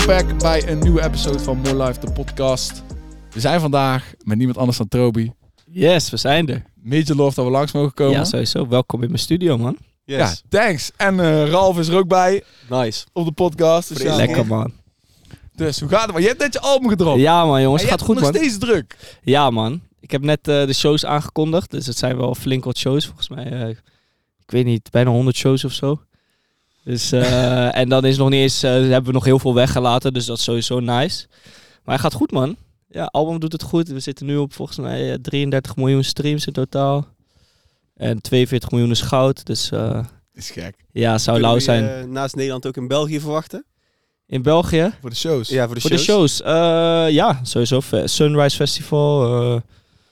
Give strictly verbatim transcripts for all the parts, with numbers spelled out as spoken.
Welkom back bij een nieuwe episode van More Life, de podcast. We zijn vandaag met niemand anders dan Trobi. Yes, we zijn er. Major love dat we langs mogen komen. Ja, sowieso. Welkom in mijn studio, man. Yes. Ja, thanks. En uh, Ralf is er ook bij Nice. op de podcast. Dus, ja, Lekker, man. dus hoe gaat het? Maar je hebt net je album gedropt. Ja, man, jongens. En Het je gaat goed, hebt man. nog steeds druk. Ja, man. Ik heb net uh, de shows aangekondigd. Dus het zijn wel flink wat shows, volgens mij. Uh, ik weet niet, bijna honderd shows of zo. Dus, uh, en dan is nog niet eens, uh, hebben we nog heel veel weggelaten. Dus dat is sowieso nice. Maar hij gaat goed, man. Ja, album doet het goed. We zitten nu op volgens mij uh, drieëndertig miljoen streams in totaal. En tweeënveertig miljoen is goud. Dus uh, Is gek. ja, zou Kunnen lauw we je, zijn. uh, naast Nederland ook in België verwachten? In België? Voor de shows. Ja, voor de Voor shows. de shows? Uh, ja, sowieso. Sunrise Festival. Uh,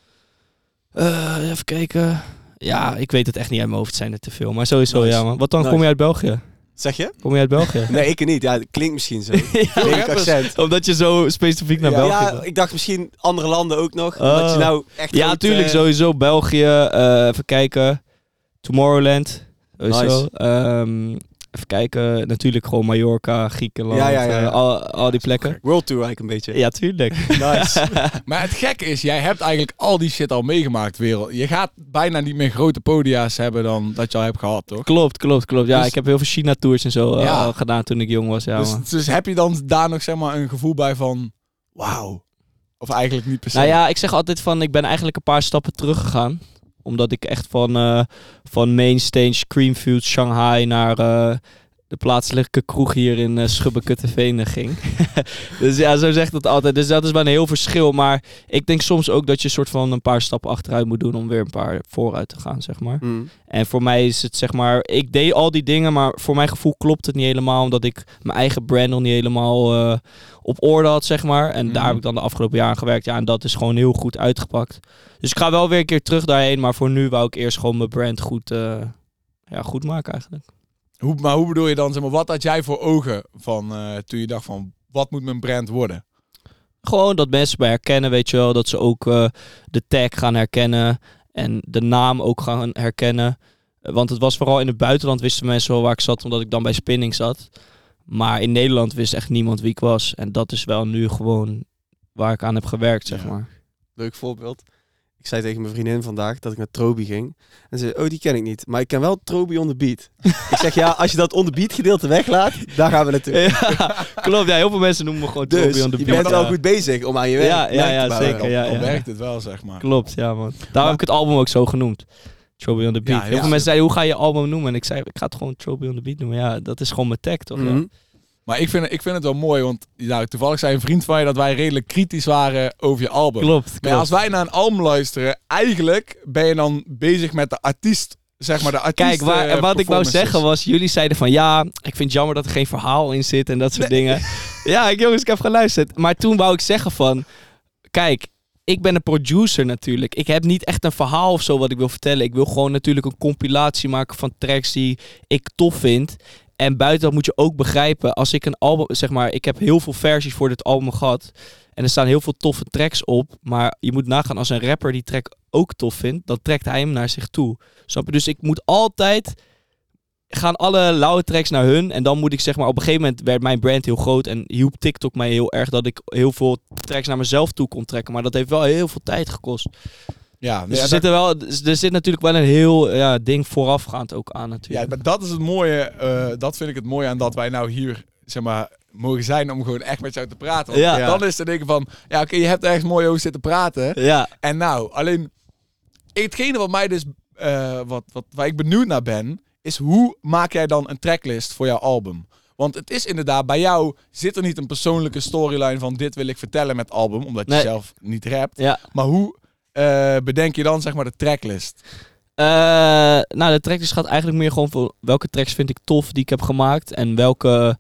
uh, even kijken. Ja, ik weet het echt niet uit mijn hoofd. Het zijn er te veel. Maar sowieso, Nice. ja, man. Wat dan? Nice. Kom je uit België? Zeg je? Kom je uit België? Nee, ik niet. Ja, het klinkt misschien zo. ja, Lelijk accent. omdat je zo specifiek naar Ja. België Ja, gaat. ik dacht misschien andere landen ook nog. Oh. Omdat je nou echt Ja, groot, tuurlijk. eh, Sowieso. België. Uh, even kijken. Tomorrowland. Sowieso. Um, even kijken. Natuurlijk gewoon Mallorca, Griekenland. Ja, ja, ja, ja. Uh, al, al die plekken. World Tour eigenlijk een beetje. Ja, tuurlijk. Nice. Maar het gekke is, jij hebt eigenlijk al die shit al meegemaakt, wereld. Je gaat bijna niet meer grote podia's hebben dan dat je al hebt gehad, toch? Klopt, klopt, klopt. Ja, Dus- ik heb heel veel China-tours en zo uh, Ja. al gedaan toen ik jong was. Ja, man. dus, dus heb je dan daar nog zeg maar een gevoel bij van, wauw. Of eigenlijk niet per se. Nou ja, ik zeg altijd van, ik ben eigenlijk een paar stappen teruggegaan. Omdat ik echt van, uh, van Mainstage, Creamfields, Shanghai naar uh, de plaatselijke kroeg hier in uh, Schubbekutteveen ging. Dus ja, zo zegt het altijd. Dus dat is wel een heel verschil. Maar ik denk soms ook dat je soort van een paar stappen achteruit moet doen om weer een paar vooruit te gaan, zeg maar. Mm. En voor mij is het zeg maar, ik deed al die dingen, maar voor mijn gevoel klopt het niet helemaal, omdat ik mijn eigen brand nog niet helemaal uh, op orde had, zeg maar. En Mm. daar heb ik dan de afgelopen jaren aan gewerkt. Ja, en dat is gewoon heel goed uitgepakt. Dus ik ga wel weer een keer terug daarheen, maar voor nu wou ik eerst gewoon mijn brand goed, uh, ja, goed maken eigenlijk. Hoe, maar hoe bedoel je dan, zeg maar, wat had jij voor ogen van uh, toen je dacht van, wat moet mijn brand worden? Gewoon dat mensen mij herkennen, weet je wel. Dat ze ook uh, de tag gaan herkennen en de naam ook gaan herkennen. Want het was vooral in het buitenland wisten mensen wel waar ik zat, omdat ik dan bij Spinning zat. Maar in Nederland wist echt niemand wie ik was. En dat is wel nu gewoon waar ik aan heb gewerkt, zeg Ja. maar. Leuk voorbeeld. Ik zei tegen mijn vriendin vandaag dat ik naar Trobi ging. En ze zei, oh, die ken ik niet. Maar ik ken wel Trobi on the beat. Ik zeg, ja, als je dat on the beat gedeelte weglaat, daar gaan we naartoe. Ja, klopt. Ja, heel veel mensen noemen me gewoon Dus, Trobi on the je beat. bent wel Ja. goed bezig om aan je werk, Ja, ja, merk ja, te bouwen. zeker, ja. Dan werkt het wel, zeg maar. Klopt, ja, man. Daarom heb ik het album ook zo genoemd. Trobi on the beat. Ja, heel ja. veel mensen zeiden, hoe ga je je album noemen? En ik zei, ik ga het gewoon Trobi on the beat noemen. Ja, dat is gewoon mijn tag, toch? Mhm. Ja. Maar ik vind, ik vind het wel mooi, want nou, toevallig zei een vriend van je dat wij redelijk kritisch waren over je album. Klopt, Maar klopt. als wij naar een album luisteren, eigenlijk ben je dan bezig met de artiest, zeg maar de artiest. Kijk, waar, eh, wat ik wou performances. zeggen was, jullie zeiden van ja, ik vind het jammer dat er geen verhaal in zit en dat soort dingen. Ja, ik, jongens, ik heb geluisterd. Maar toen wou ik zeggen van, kijk, ik ben een producer natuurlijk. Ik heb niet echt een verhaal of zo wat ik wil vertellen. Ik wil gewoon natuurlijk een compilatie maken van tracks die ik tof vind. En buiten dat moet je ook begrijpen, als ik een album, zeg maar, ik heb heel veel versies voor dit album gehad. En er staan heel veel toffe tracks op. Maar je moet nagaan, als een rapper die track ook tof vindt, dan trekt hij hem naar zich toe. Snap je? Dus ik moet altijd, gaan alle lauwe tracks naar hun. En dan moet ik zeg maar, op een gegeven moment werd mijn brand heel groot. En hielp TikTok mij heel erg dat ik heel veel tracks naar mezelf toe kon trekken. Maar dat heeft wel heel veel tijd gekost. Ja, Dus ja, er, dat, zitten wel, er zit natuurlijk wel een heel ja, ding voorafgaand ook aan ja, natuurlijk. maar dat is het mooie. eh, dat vind ik het mooie aan dat wij nou hier, zeg maar, mogen zijn om gewoon echt met jou te praten. Want Ja. dan is het denken van, ja, oké, je hebt ergens mooi over zitten praten. Ja, En nou, alleen hetgene wat mij dus, eh, wat, wat, waar ik benieuwd naar ben, is hoe maak jij dan een tracklist voor jouw album? Want het is inderdaad, bij jou zit er niet een persoonlijke storyline van dit wil ik vertellen met het album, omdat je Nee. zelf niet rapt. ja. Maar hoe eh, bedenk je dan zeg maar de tracklist? Uh, nou, de tracklist gaat eigenlijk meer gewoon voor welke tracks vind ik tof die ik heb gemaakt. En welke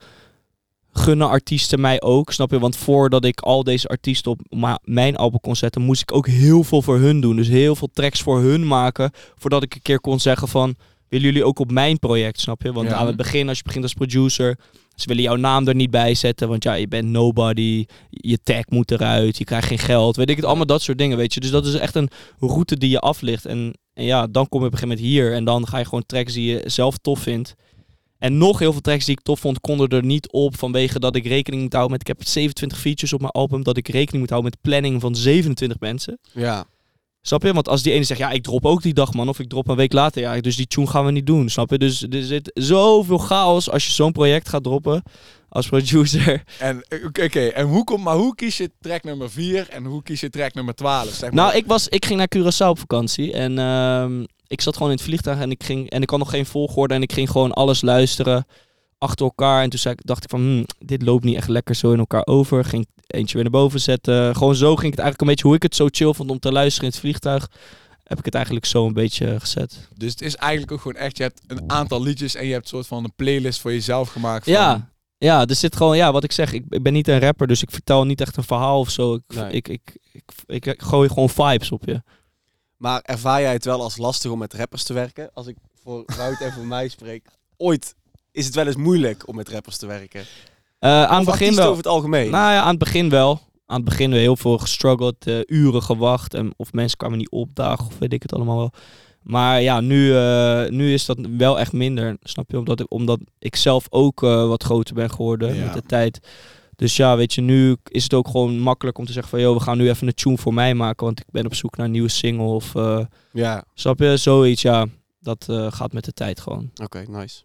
gunnen artiesten mij ook, snap je? Want voordat ik al deze artiesten op ma- mijn album kon zetten, moest ik ook heel veel voor hun doen. Dus heel veel tracks voor hun maken, voordat ik een keer kon zeggen van, willen jullie ook op mijn project, snap je? Want Ja. aan het begin, als je begint als producer, ze willen jouw naam er niet bij zetten, want ja, je bent nobody, je tag moet eruit, je krijgt geen geld, weet ik het, allemaal dat soort dingen, weet je. Dus dat is echt een route die je afligt. En, en ja, dan kom je op een gegeven moment hier en dan ga je gewoon tracks die je zelf tof vindt. En nog heel veel tracks die ik tof vond, konden er niet op vanwege dat ik rekening moet houden met... Ik heb zevenentwintig features op mijn album, dat ik rekening moet houden met planning van zevenentwintig mensen. Ja. Snap je? Want als die ene zegt, ja, ik drop ook die dag, man. Of ik drop een week later, ja, dus die tune gaan we niet doen. Snap je? Dus er zit zoveel chaos als je zo'n project gaat droppen als producer. En, oké, okay, en hoe komt, maar hoe kies je track nummer vier en hoe kies je track nummer twaalf? Zeg maar. Nou, ik, was, ik ging naar Curaçao op vakantie en uh, ik zat gewoon in het vliegtuig en ik ging en ik had nog geen volgorde en ik ging gewoon alles luisteren achter elkaar. En toen zei ik, dacht ik van, hm, dit loopt niet echt lekker zo in elkaar over. Ging eentje weer naar boven zetten. Gewoon zo ging het eigenlijk een beetje, hoe ik het zo chill vond om te luisteren in het vliegtuig, heb ik het eigenlijk zo een beetje gezet. Dus het is eigenlijk ook gewoon echt, je hebt een aantal liedjes en je hebt een soort van een playlist voor jezelf gemaakt. Van... Ja, ja, er zit gewoon, ja, wat ik zeg, ik, ik ben niet een rapper, dus ik vertel niet echt een verhaal of zo. Ik, Nee. ik, ik, ik, ik, ik gooi gewoon vibes op je. Maar ervaar jij het wel als lastig om met rappers te werken? Als ik voor Wout en voor mij spreek, ooit is het wel eens moeilijk om met rappers te werken? Uh, aan het Of begin wel. over het algemeen? Nou ja, aan het begin wel. Aan het begin weer heel veel gestruggeld, uh, uren gewacht. En of mensen kwamen niet opdagen of weet ik het allemaal wel. Maar ja, nu, uh, nu is dat wel echt minder. Snap je? Omdat ik, omdat ik zelf ook uh, wat groter ben geworden Ja. met de tijd. Dus ja, weet je, nu is het ook gewoon makkelijk om te zeggen van... ...joh, we gaan nu even een tune voor mij maken... ...want ik ben op zoek naar een nieuwe single of... Uh, Ja. Snap je? Zoiets, ja. Dat uh, gaat met de tijd gewoon. Oké, okay, nice.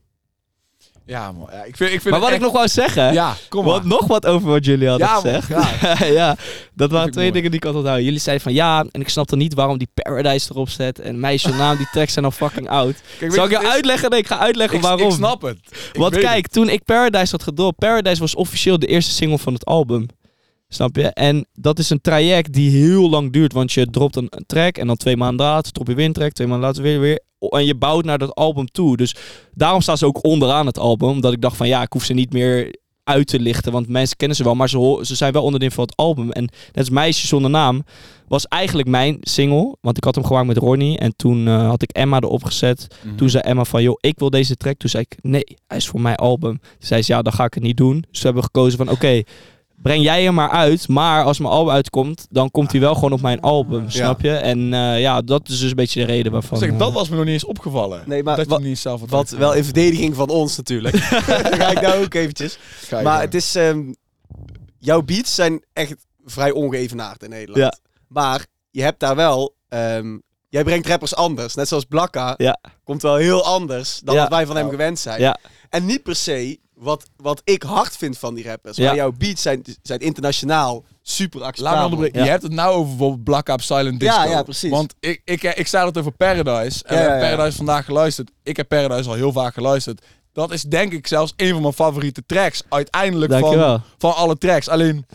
Ja, man. Ja, ik vind, ik vind maar wat echt... ik nog wou zeggen... Ja, kom maar. Wat, nog wat over wat jullie hadden Ja, man, gezegd. graag. Ja, dat waren ik twee mooi. dingen die ik altijd onthouden. Jullie zeiden van ja, en ik snapte niet waarom die Paradise erop zet. En Meisje naam, die tracks zijn al fucking oud. Kijk, Zal ik weet je je, het is- uitleggen? Nee, ik ga uitleggen ik, waarom. Ik snap het. Ik Want weet kijk, het. toen ik Paradise had gedropt, Paradise was officieel de eerste single van het album. Snap je? En dat is een traject die heel lang duurt. Want je dropt een, een track en dan twee maanden later drop je weer een track. Twee maanden later weer weer. En je bouwt naar dat album toe. Dus daarom staan ze ook onderaan het album. Omdat ik dacht van ja, ik hoef ze niet meer uit te lichten. Want mensen kennen ze wel. Maar ze, ho- ze zijn wel onderdeel van het album. En net als Meisje zonder naam was eigenlijk mijn single. Want ik had hem gemaakt met Ronnie. En toen uh, had ik Emma erop gezet. Mhm. Toen zei Emma van, joh, ik wil deze track. Toen zei ik, nee, hij is voor mijn album. Toen zei ze, ja, dan ga ik het niet doen. Dus we hebben gekozen van, oké, okay, breng jij hem maar uit. Maar als mijn album uitkomt, dan komt hij wel gewoon op mijn album. Ja. Snap je? En uh, ja, dat is dus een beetje de reden waarvan... Zeg, uh, dat was me nog niet eens opgevallen. Nee, maar dat je wa- niet eens zelf had Wat uitgevoerd. wel in verdediging van ons natuurlijk. Dan ga ik nou ook eventjes. Ga je Maar gang. het is... Um, jouw beats zijn echt vrij ongeëvenaard in Nederland. Ja. Maar je hebt daar wel... Um, jij brengt rappers anders. Net zoals Blakka Ja. komt wel heel anders dan Ja. wat wij van hem Ja. gewend zijn. Ja. En niet per se wat, wat ik hard vind van die rappers. Ja. Maar jouw beats zijn, zijn internationaal super Laat me acceptabel. onderbreken. Ja. Je hebt het nou over bijvoorbeeld Black Ops Silent Disco. Ja, ja, precies. Want ik, ik, ik sta het over Paradise. En Ja, we ja, hebben ja. Paradise vandaag geluisterd. Ik heb Paradise al heel vaak geluisterd. Dat is denk ik zelfs een van mijn favoriete tracks. Uiteindelijk van, Dankjewel. van alle tracks. Alleen,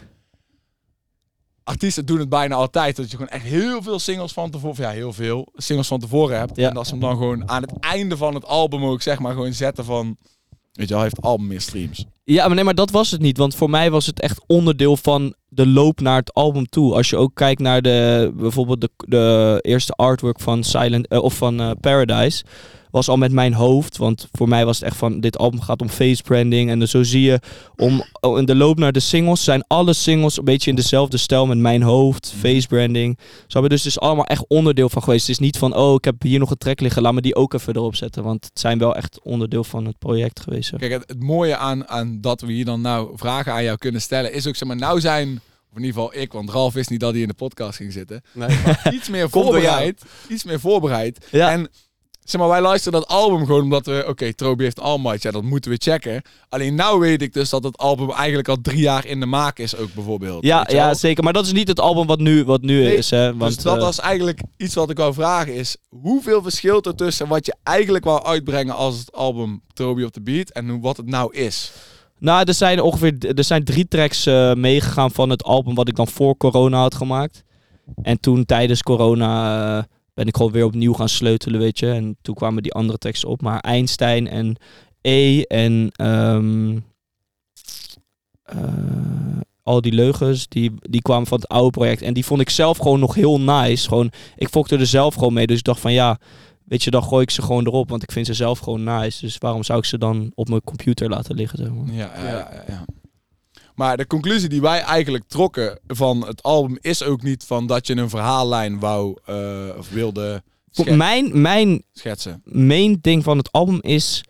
artiesten doen het bijna altijd. Dat je gewoon echt heel veel singles van tevoren... Ja, heel veel singles van tevoren hebt. Ja. En dat ze hem dan gewoon aan het einde van het album ook zeg maar gewoon zetten van... Weet je wel, heeft het album meer streams. Ja, maar nee, maar dat was het niet. Want voor mij was het echt onderdeel van de loop naar het album toe. Als je ook kijkt naar de bijvoorbeeld de, de eerste artwork van Silent uh, of van uh, Paradise, was al met mijn hoofd. Want voor mij was het echt van dit album gaat om face branding. En dus zo zie je om oh, in de loop naar de singles zijn alle singles een beetje in dezelfde stijl met mijn hoofd, face branding. Zo, dus het is allemaal echt onderdeel van geweest. Het is niet van oh, ik heb hier nog een track liggen, laat me die ook even erop zetten. Want het zijn wel echt onderdeel van het project geweest. Zeg. Kijk, het, het mooie aan, aan dat we hier dan nou vragen aan jou kunnen stellen, is ook zeg maar, nou zijn, of in ieder geval ik, want Ralf wist niet dat hij in de podcast ging zitten, Nee, maar iets meer Komt door jou. voorbereid. Iets meer voorbereid. Ja. En zeg maar, wij luisteren dat album gewoon omdat we, oké, okay, Trobi heeft All Might, ja, dat moeten we checken. Alleen nou weet ik dus dat het album eigenlijk al drie jaar in de maak is ook bijvoorbeeld. Ja, Weet je wel? ja, zeker. Maar dat is niet het album wat nu, wat nu Nee, is. Hè? Want, dus dat eh, was eigenlijk iets wat ik wou vragen is, hoeveel verschilt er tussen wat je eigenlijk wou uitbrengen als het album Trobi op the Beat en hoe- wat het nou is? Nou, er zijn ongeveer er zijn drie tracks uh, meegegaan van het album wat ik dan voor corona had gemaakt. En toen tijdens corona uh, ben ik gewoon weer opnieuw gaan sleutelen, weet je. En toen kwamen die andere tracks op. Maar Einstein en E en um, uh, al die leugens, die, die kwamen van het oude project. En die vond ik zelf gewoon nog heel nice. Gewoon, ik fokte er zelf gewoon mee. Dus ik dacht van ja, weet je, dan gooi ik ze gewoon erop. Want ik vind ze zelf gewoon nice. Dus waarom zou ik ze dan op mijn computer laten liggen, zeg maar. Ja, ja, ja, ja. Maar de conclusie die wij eigenlijk trokken van het album is ook niet van dat je een verhaallijn wou uh, of wilde schet- Mijn, mijn schetsen. main ding van het album is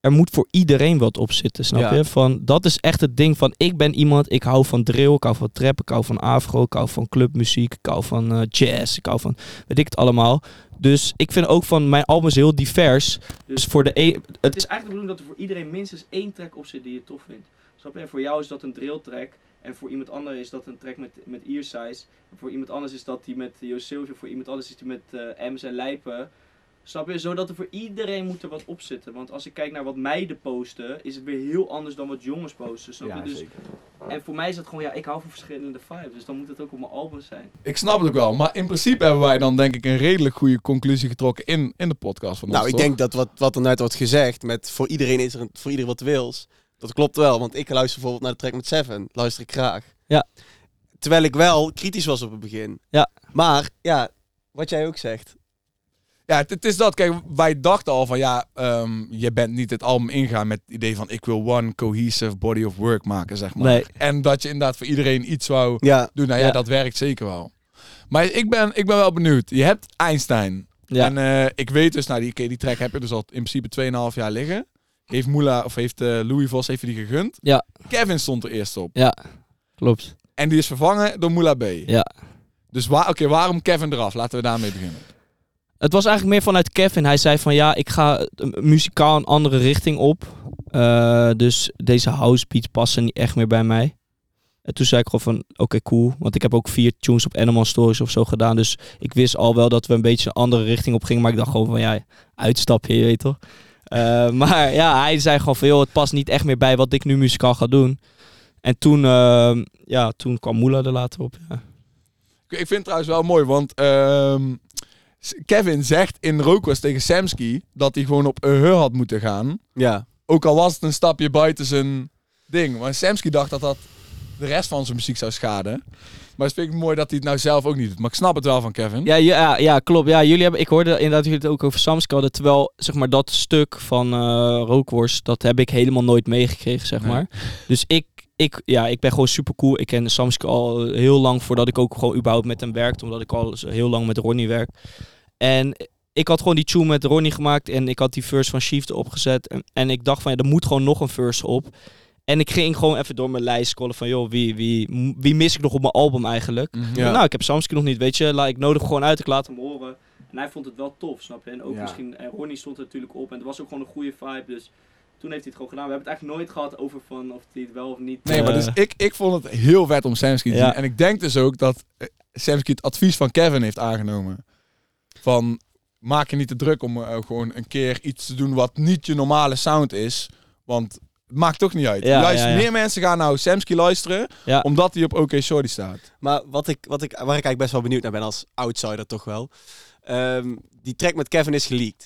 er moet voor iedereen wat op zitten, snap Ja. je? Van, dat is echt het ding van, ik ben iemand, ik hou van drill, ik hou van trap, ik hou van afro, ik hou van clubmuziek, ik hou van uh, jazz, ik hou van, weet ik het allemaal. Dus ik vind ook van, mijn album is heel divers. Dus voor de e- het is eigenlijk de bedoeling dat er voor iedereen minstens één track op zit die je tof vindt. Snap je? En voor jou is dat een drill track. En voor iemand anders is dat een track met, met Earsize. En voor iemand anders is dat die met Jo Silvio. Voor iemand anders is die met uh, Ems en Lijpen. Snap je? Zodat er voor iedereen moet er wat op zitten. Want als ik kijk naar wat meiden posten, is het weer heel anders dan wat jongens posten. Snap je? Ja, Dus, zeker. en voor mij is dat gewoon, ja, ik hou van verschillende vibes. Dus dan moet het ook op mijn album zijn. Ik snap het ook wel, maar in principe hebben wij dan denk ik een redelijk goede conclusie getrokken in, in de podcast van ons, Nou, ik toch? denk dat wat, wat er net wordt gezegd, met voor iedereen is er een, voor iedereen wat wils, dat klopt wel. Want ik luister bijvoorbeeld naar de track met Seven, luister ik graag. Ja. Terwijl ik wel kritisch was op het begin. Ja. Maar, ja, wat jij ook zegt. Ja, het, het is dat. Kijk, wij dachten al van ja, um, je bent niet het album ingaan met het idee van ik wil one cohesive body of work maken, zeg maar. Nee. En dat je inderdaad voor iedereen iets wou Ja. doen. Nou ja, Ja. dat werkt zeker wel. Maar ik ben, ik ben wel benieuwd. Je hebt Einstein. Ja. En uh, ik weet dus, nou die, die track heb je dus al in principe twee komma vijf jaar liggen. Heeft Moula, of heeft uh, Louis Vos heeft die gegund. Ja. Kevin stond er eerst op. Ja, klopt. En die is vervangen door Moula B. Ja. Dus wa- oké, okay, waarom Kevin eraf? Laten we daarmee beginnen. Het was eigenlijk meer vanuit Kevin. Hij zei van ja, ik ga uh, muzikaal een andere richting op. Uh, dus deze house beats passen niet echt meer bij mij. En toen zei ik gewoon van oké, okay, cool. Want ik heb ook vier tunes op Animal Stories of zo gedaan. Dus ik wist al wel dat we een beetje een andere richting op gingen. Maar ik dacht gewoon van ja, uitstapje, je weet toch. Uh, maar ja, hij zei gewoon van joh, het past niet echt meer bij wat ik nu muzikaal ga doen. En toen, uh, ja, toen kwam Moula er later op. Ja. Ik vind het trouwens wel mooi, want um, Kevin zegt in Rookwas tegen Samsky dat hij gewoon op Uhur had moeten gaan. Ja. Ook al was het een stapje buiten zijn ding. Maar Samsky dacht dat dat de rest van zijn muziek zou schaden. Maar het vind ik mooi dat hij het nou zelf ook niet doet. Maar ik snap het wel van Kevin. Ja, ja, ja klopt. Ja, jullie hebben, ik hoorde inderdaad jullie het ook over Samsky hadden. Terwijl zeg maar, dat stuk van uh, Rookworst, dat heb ik helemaal nooit meegekregen, zeg maar. Nee. Dus ik, ik, ja, ik ben gewoon super cool. Ik ken Samsky al heel lang voordat ik ook gewoon überhaupt met hem werkte. Omdat ik al heel lang met Ronnie werk. En ik had gewoon die tune met Ronnie gemaakt. En ik had die verse van Chief erop gezet. En, en ik dacht van, ja, er moet gewoon nog een verse op. En ik ging gewoon even door mijn lijst scrollen van, joh, wie, wie, wie mis ik nog op mijn album eigenlijk? Mm-hmm. Ja. Nou, ik heb Samsky nog niet, weet je. Ik nodig hem gewoon uit, ik laat hem horen. En hij vond het wel tof, snap je? En ook ja. misschien, en Ronnie stond er natuurlijk op. En het was ook gewoon een goede vibe, dus toen heeft hij het gewoon gedaan. We hebben het eigenlijk nooit gehad over van of hij het wel of niet... Nee, uh, maar dus ik, ik vond het heel vet om Samsky te ja. zien. En ik denk dus ook dat uh, Samsky het advies van Kevin heeft aangenomen. Van, maak je niet te druk om uh, gewoon een keer iets te doen wat niet je normale sound is. Want... het maakt toch niet uit. Ja, Luister, ja, ja. Meer mensen gaan nou Samsky luisteren, ja. omdat hij op OK Shorty staat. Maar wat ik, wat ik, waar ik eigenlijk best wel benieuwd naar ben als outsider toch wel. Um, die track met Kevin is geleakt.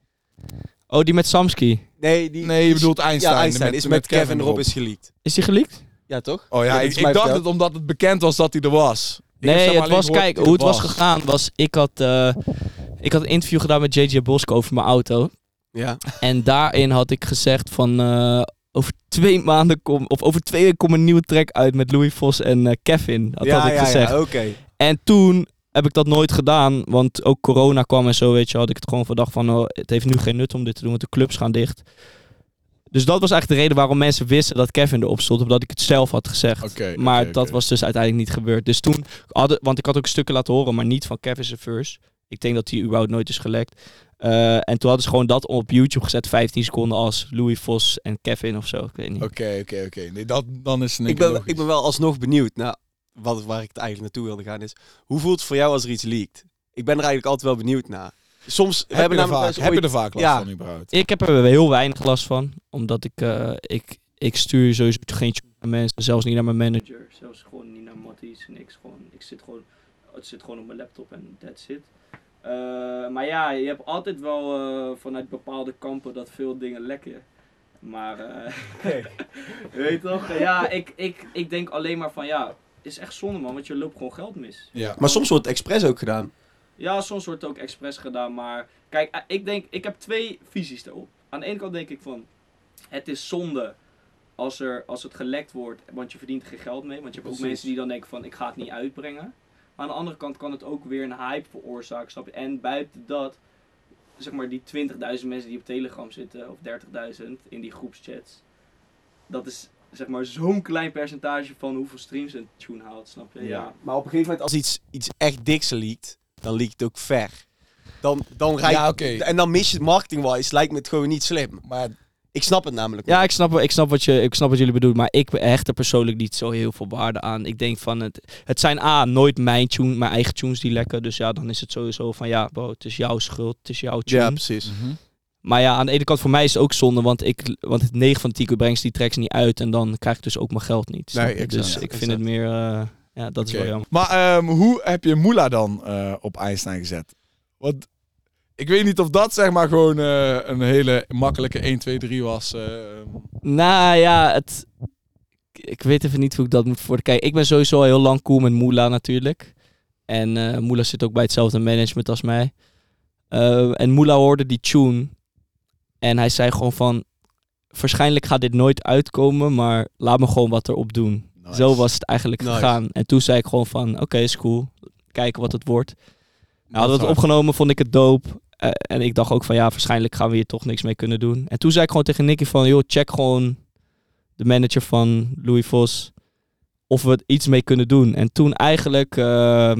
Oh, die met Samsky? Nee, die, nee je bedoelt Einstein. Ja, Einstein met, is met, met Kevin, Kevin erop erop is geleakt. Is die geleakt? Ja, toch? Oh ja, ja ik, ik dacht het omdat het bekend was dat hij er was. Ik nee, het was, kijk, hoe het was was gegaan was, ik had, uh, ik had een interview gedaan met J J Bosko over mijn auto. Ja. En daarin had ik gezegd van... Uh, over twee maanden kom, of over twee weken komt een nieuwe track uit met Louis Vos en uh, Kevin. Dat ja, had ik ja, gezegd. Ja, okay. En toen heb ik dat nooit gedaan, want ook corona kwam en zo, weet je, had ik het gewoon verdacht van, oh, het heeft nu geen nut om dit te doen, want de clubs gaan dicht. Dus dat was eigenlijk de reden waarom mensen wisten dat Kevin erop stond, omdat ik het zelf had gezegd. Okay, maar okay, dat okay. was dus uiteindelijk niet gebeurd. Dus toen, hadden, want ik had ook stukken laten horen, maar niet van Kevin's verse. Ik denk dat die überhaupt nooit is gelekt. Uh, en toen hadden ze gewoon dat op YouTube gezet, vijftien seconden als Louis Vos en Kevin of zo. Ik weet niet. Oké, oké, oké. Nee, dat dan is het ik ben, ik ben wel alsnog benieuwd naar wat waar ik het eigenlijk naartoe wilde gaan is. Hoe voelt het voor jou als er iets leakt? Ik ben er eigenlijk altijd wel benieuwd naar. Soms heb, hebben je, er vaak, ooit... heb je er vaak last ja. van überhaupt? Ik heb er heel weinig last van, omdat ik uh, ik, ik stuur sowieso geen naar mensen, zelfs niet naar mijn manager, zelfs gewoon niet naar Matties, niks gewoon. Ik zit gewoon, het zit gewoon op mijn laptop en that's it. Uh, maar ja, je hebt altijd wel uh, vanuit bepaalde kampen dat veel dingen lekken. Maar, uh, hey. weet je toch? Ja, ik, ik, ik denk alleen maar van ja, is echt zonde man, want je loopt gewoon geld mis. Ja. Maar soms wordt het expres ook gedaan. Ja, soms wordt het ook expres gedaan, maar kijk, ik denk, ik heb twee visies daarop. Aan de ene kant denk ik van, het is zonde als, er, als het gelekt wordt, want je verdient er geen geld mee. Want je hebt Precies. ook mensen die dan denken van, ik ga het niet uitbrengen. Maar aan de andere kant kan het ook weer een hype veroorzaken, snap je? En buiten dat, zeg maar die twintigduizend mensen die op Telegram zitten, of dertigduizend in die groepschats. Dat is zeg maar zo'n klein percentage van hoeveel streams een tune haalt, snap je? Ja. Ja. Maar op een gegeven moment als iets, iets echt diks leakt, dan leakt het ook ver. Dan, dan rijdt, Ja, oké. En dan mis je het marketing-wise, lijkt me het gewoon niet slim. Maar Ik snap het namelijk Ja, niet. ik snap, ik, snap wat je, ik snap wat jullie bedoelen, maar ik hecht er persoonlijk niet zo heel veel waarde aan. Ik denk van, het, het zijn A, nooit mijn tune, mijn eigen tunes die lekken. Dus ja, dan is het sowieso van, ja, bro, het is jouw schuld, het is jouw tune. Ja, precies. Mhm. Maar ja, aan de ene kant voor mij is het ook zonde, want ik, want het negen van de tien keer brengt die tracks niet uit en dan krijg ik dus ook mijn geld niet. snap Nee, je? exact, dus ja, ik vind exact. het meer, uh, ja, dat is Oké. wel jammer. Maar ehm, hoe heb je Moela dan uh, op Einstein gezet? Want ik weet niet of dat zeg maar gewoon uh, een hele makkelijke één, twee, drie was. Uh, Nou ja, het, ik weet even niet hoe ik dat moet voor. Kijk, ik ben sowieso al heel lang cool met Moela natuurlijk. En uh, Moela zit ook bij hetzelfde management als mij. Uh, en Moela hoorde die tune. En hij zei gewoon van, waarschijnlijk gaat dit nooit uitkomen, maar laat me gewoon wat erop doen. nice. Zo was het eigenlijk Nice. gegaan. En toen zei ik gewoon van, oké, is cool. Kijken wat het wordt. Nou, hadden we het hard. opgenomen, vond ik het dope. Uh, en ik dacht ook van, ja, waarschijnlijk gaan we hier toch niks mee kunnen doen. En toen zei ik gewoon tegen Nicky van, joh, check gewoon de manager van Louis Vos of we het iets mee kunnen doen. En toen eigenlijk, uh,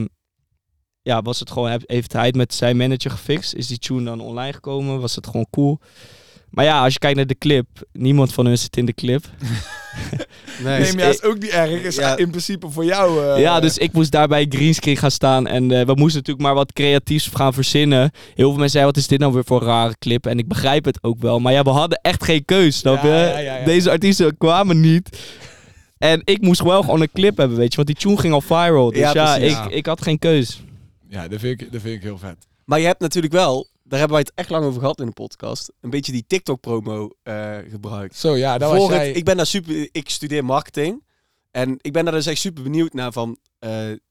ja, was het gewoon, heeft hij het met zijn manager gefixt. Is die tune dan online gekomen, was het gewoon cool. Maar ja, als je kijkt naar de clip, niemand van hun zit in de clip. Nee, Neem juist ook niet erg. Is Ja. in principe voor jou. Uh, Ja, dus ik moest daarbij greenscreen gaan staan. En uh, we moesten natuurlijk maar wat creatiefs gaan verzinnen. Heel veel mensen zeiden, wat is dit nou weer voor een rare clip? En ik begrijp het ook wel. Maar ja, we hadden echt geen keus, snap je? Ja, ja, ja, ja. Deze artiesten kwamen niet. En ik moest wel gewoon een clip hebben, weet je. Want die tune ging al viral. Dus ja, Ja, precies. ik, Ja. ik had geen keus. Ja, dat vind, ik, dat vind ik heel vet. Maar je hebt natuurlijk wel, daar hebben wij het echt lang over gehad in de podcast, een beetje die TikTok-promo uh, gebruikt. Zo, ja, dat was Voor jij... het, ik ben daar super, ik studeer marketing en ik ben daar dus echt super benieuwd naar van, uh,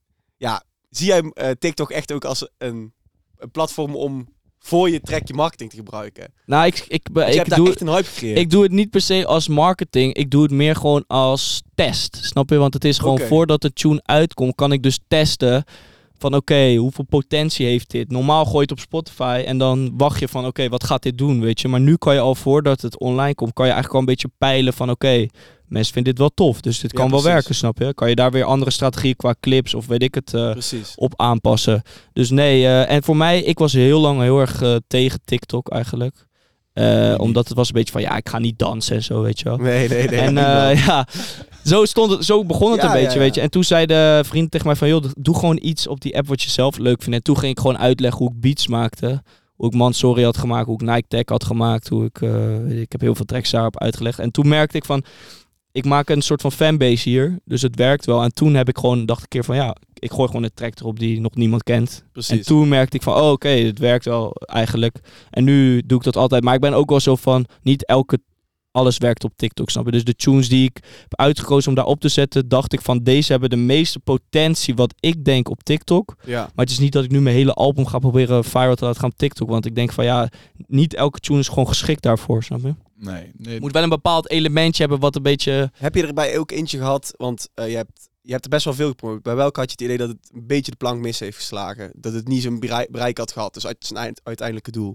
ja, zie jij uh, TikTok echt ook als een, een platform om voor je track je marketing te gebruiken? Nou, ik, ik, Want je ik, hebt daar doe, echt een hype gecreëerd. ik doe het niet per se als marketing. Ik doe het meer gewoon als test. Snap je? Want het is gewoon Oké. voordat de tune uitkomt, kan ik dus testen van oké, okay, hoeveel potentie heeft dit? Normaal gooi je het op Spotify en dan wacht je van oké, okay, wat gaat dit doen, weet je? Maar nu kan je al voordat het online komt, kan je eigenlijk al een beetje peilen van oké, okay, mensen vinden dit wel tof, dus dit Ja, kan wel precies. werken, snap je? Kan je daar weer andere strategieën qua clips of weet ik het uh, Precies. op aanpassen. Dus nee, uh, en voor mij, ik was heel lang heel erg uh, tegen TikTok eigenlijk. Uh, omdat het was een beetje van ja, ik ga niet dansen en zo, weet je wel. Nee, nee, nee. En uh, ja, zo, stond het, zo begon het Ja, een beetje, ja, ja. weet je. En toen zei de vriend tegen mij van, joh, doe gewoon iets op die app wat je zelf leuk vindt. En toen ging ik gewoon uitleggen hoe ik beats maakte. Hoe ik Mansory had gemaakt, hoe ik Nike Tech had gemaakt. Hoe ik, uh, ik heb heel veel tracks daarop uitgelegd. En toen merkte ik van, ik maak een soort van fanbase hier. Dus het werkt wel. En toen heb ik gewoon, dacht ik een keer van, ja, ik gooi gewoon een track erop die nog niemand kent. Precies. En toen merkte ik van, oh oké, okay, het werkt wel eigenlijk. En nu doe ik dat altijd. Maar ik ben ook wel zo van, niet elke, alles werkt op TikTok, snap je? Dus de tunes die ik heb uitgekozen om daar op te zetten, dacht ik van, deze hebben de meeste potentie wat ik denk op TikTok. Ja. Maar het is niet dat ik nu mijn hele album ga proberen viral te laten gaan op TikTok. Want ik denk van, ja, niet elke tune is gewoon geschikt daarvoor, snap je? Nee, nee. Moet wel een bepaald elementje hebben wat een beetje... Heb je erbij ook eentje gehad, want uh, je, hebt, je hebt er best wel veel geprobeerd. Bij welke had je het idee dat het een beetje de plank mis heeft geslagen? Dat het niet zo'n bereik, bereik had gehad, dus uit zijn eind, uiteindelijke doel?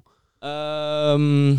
Um,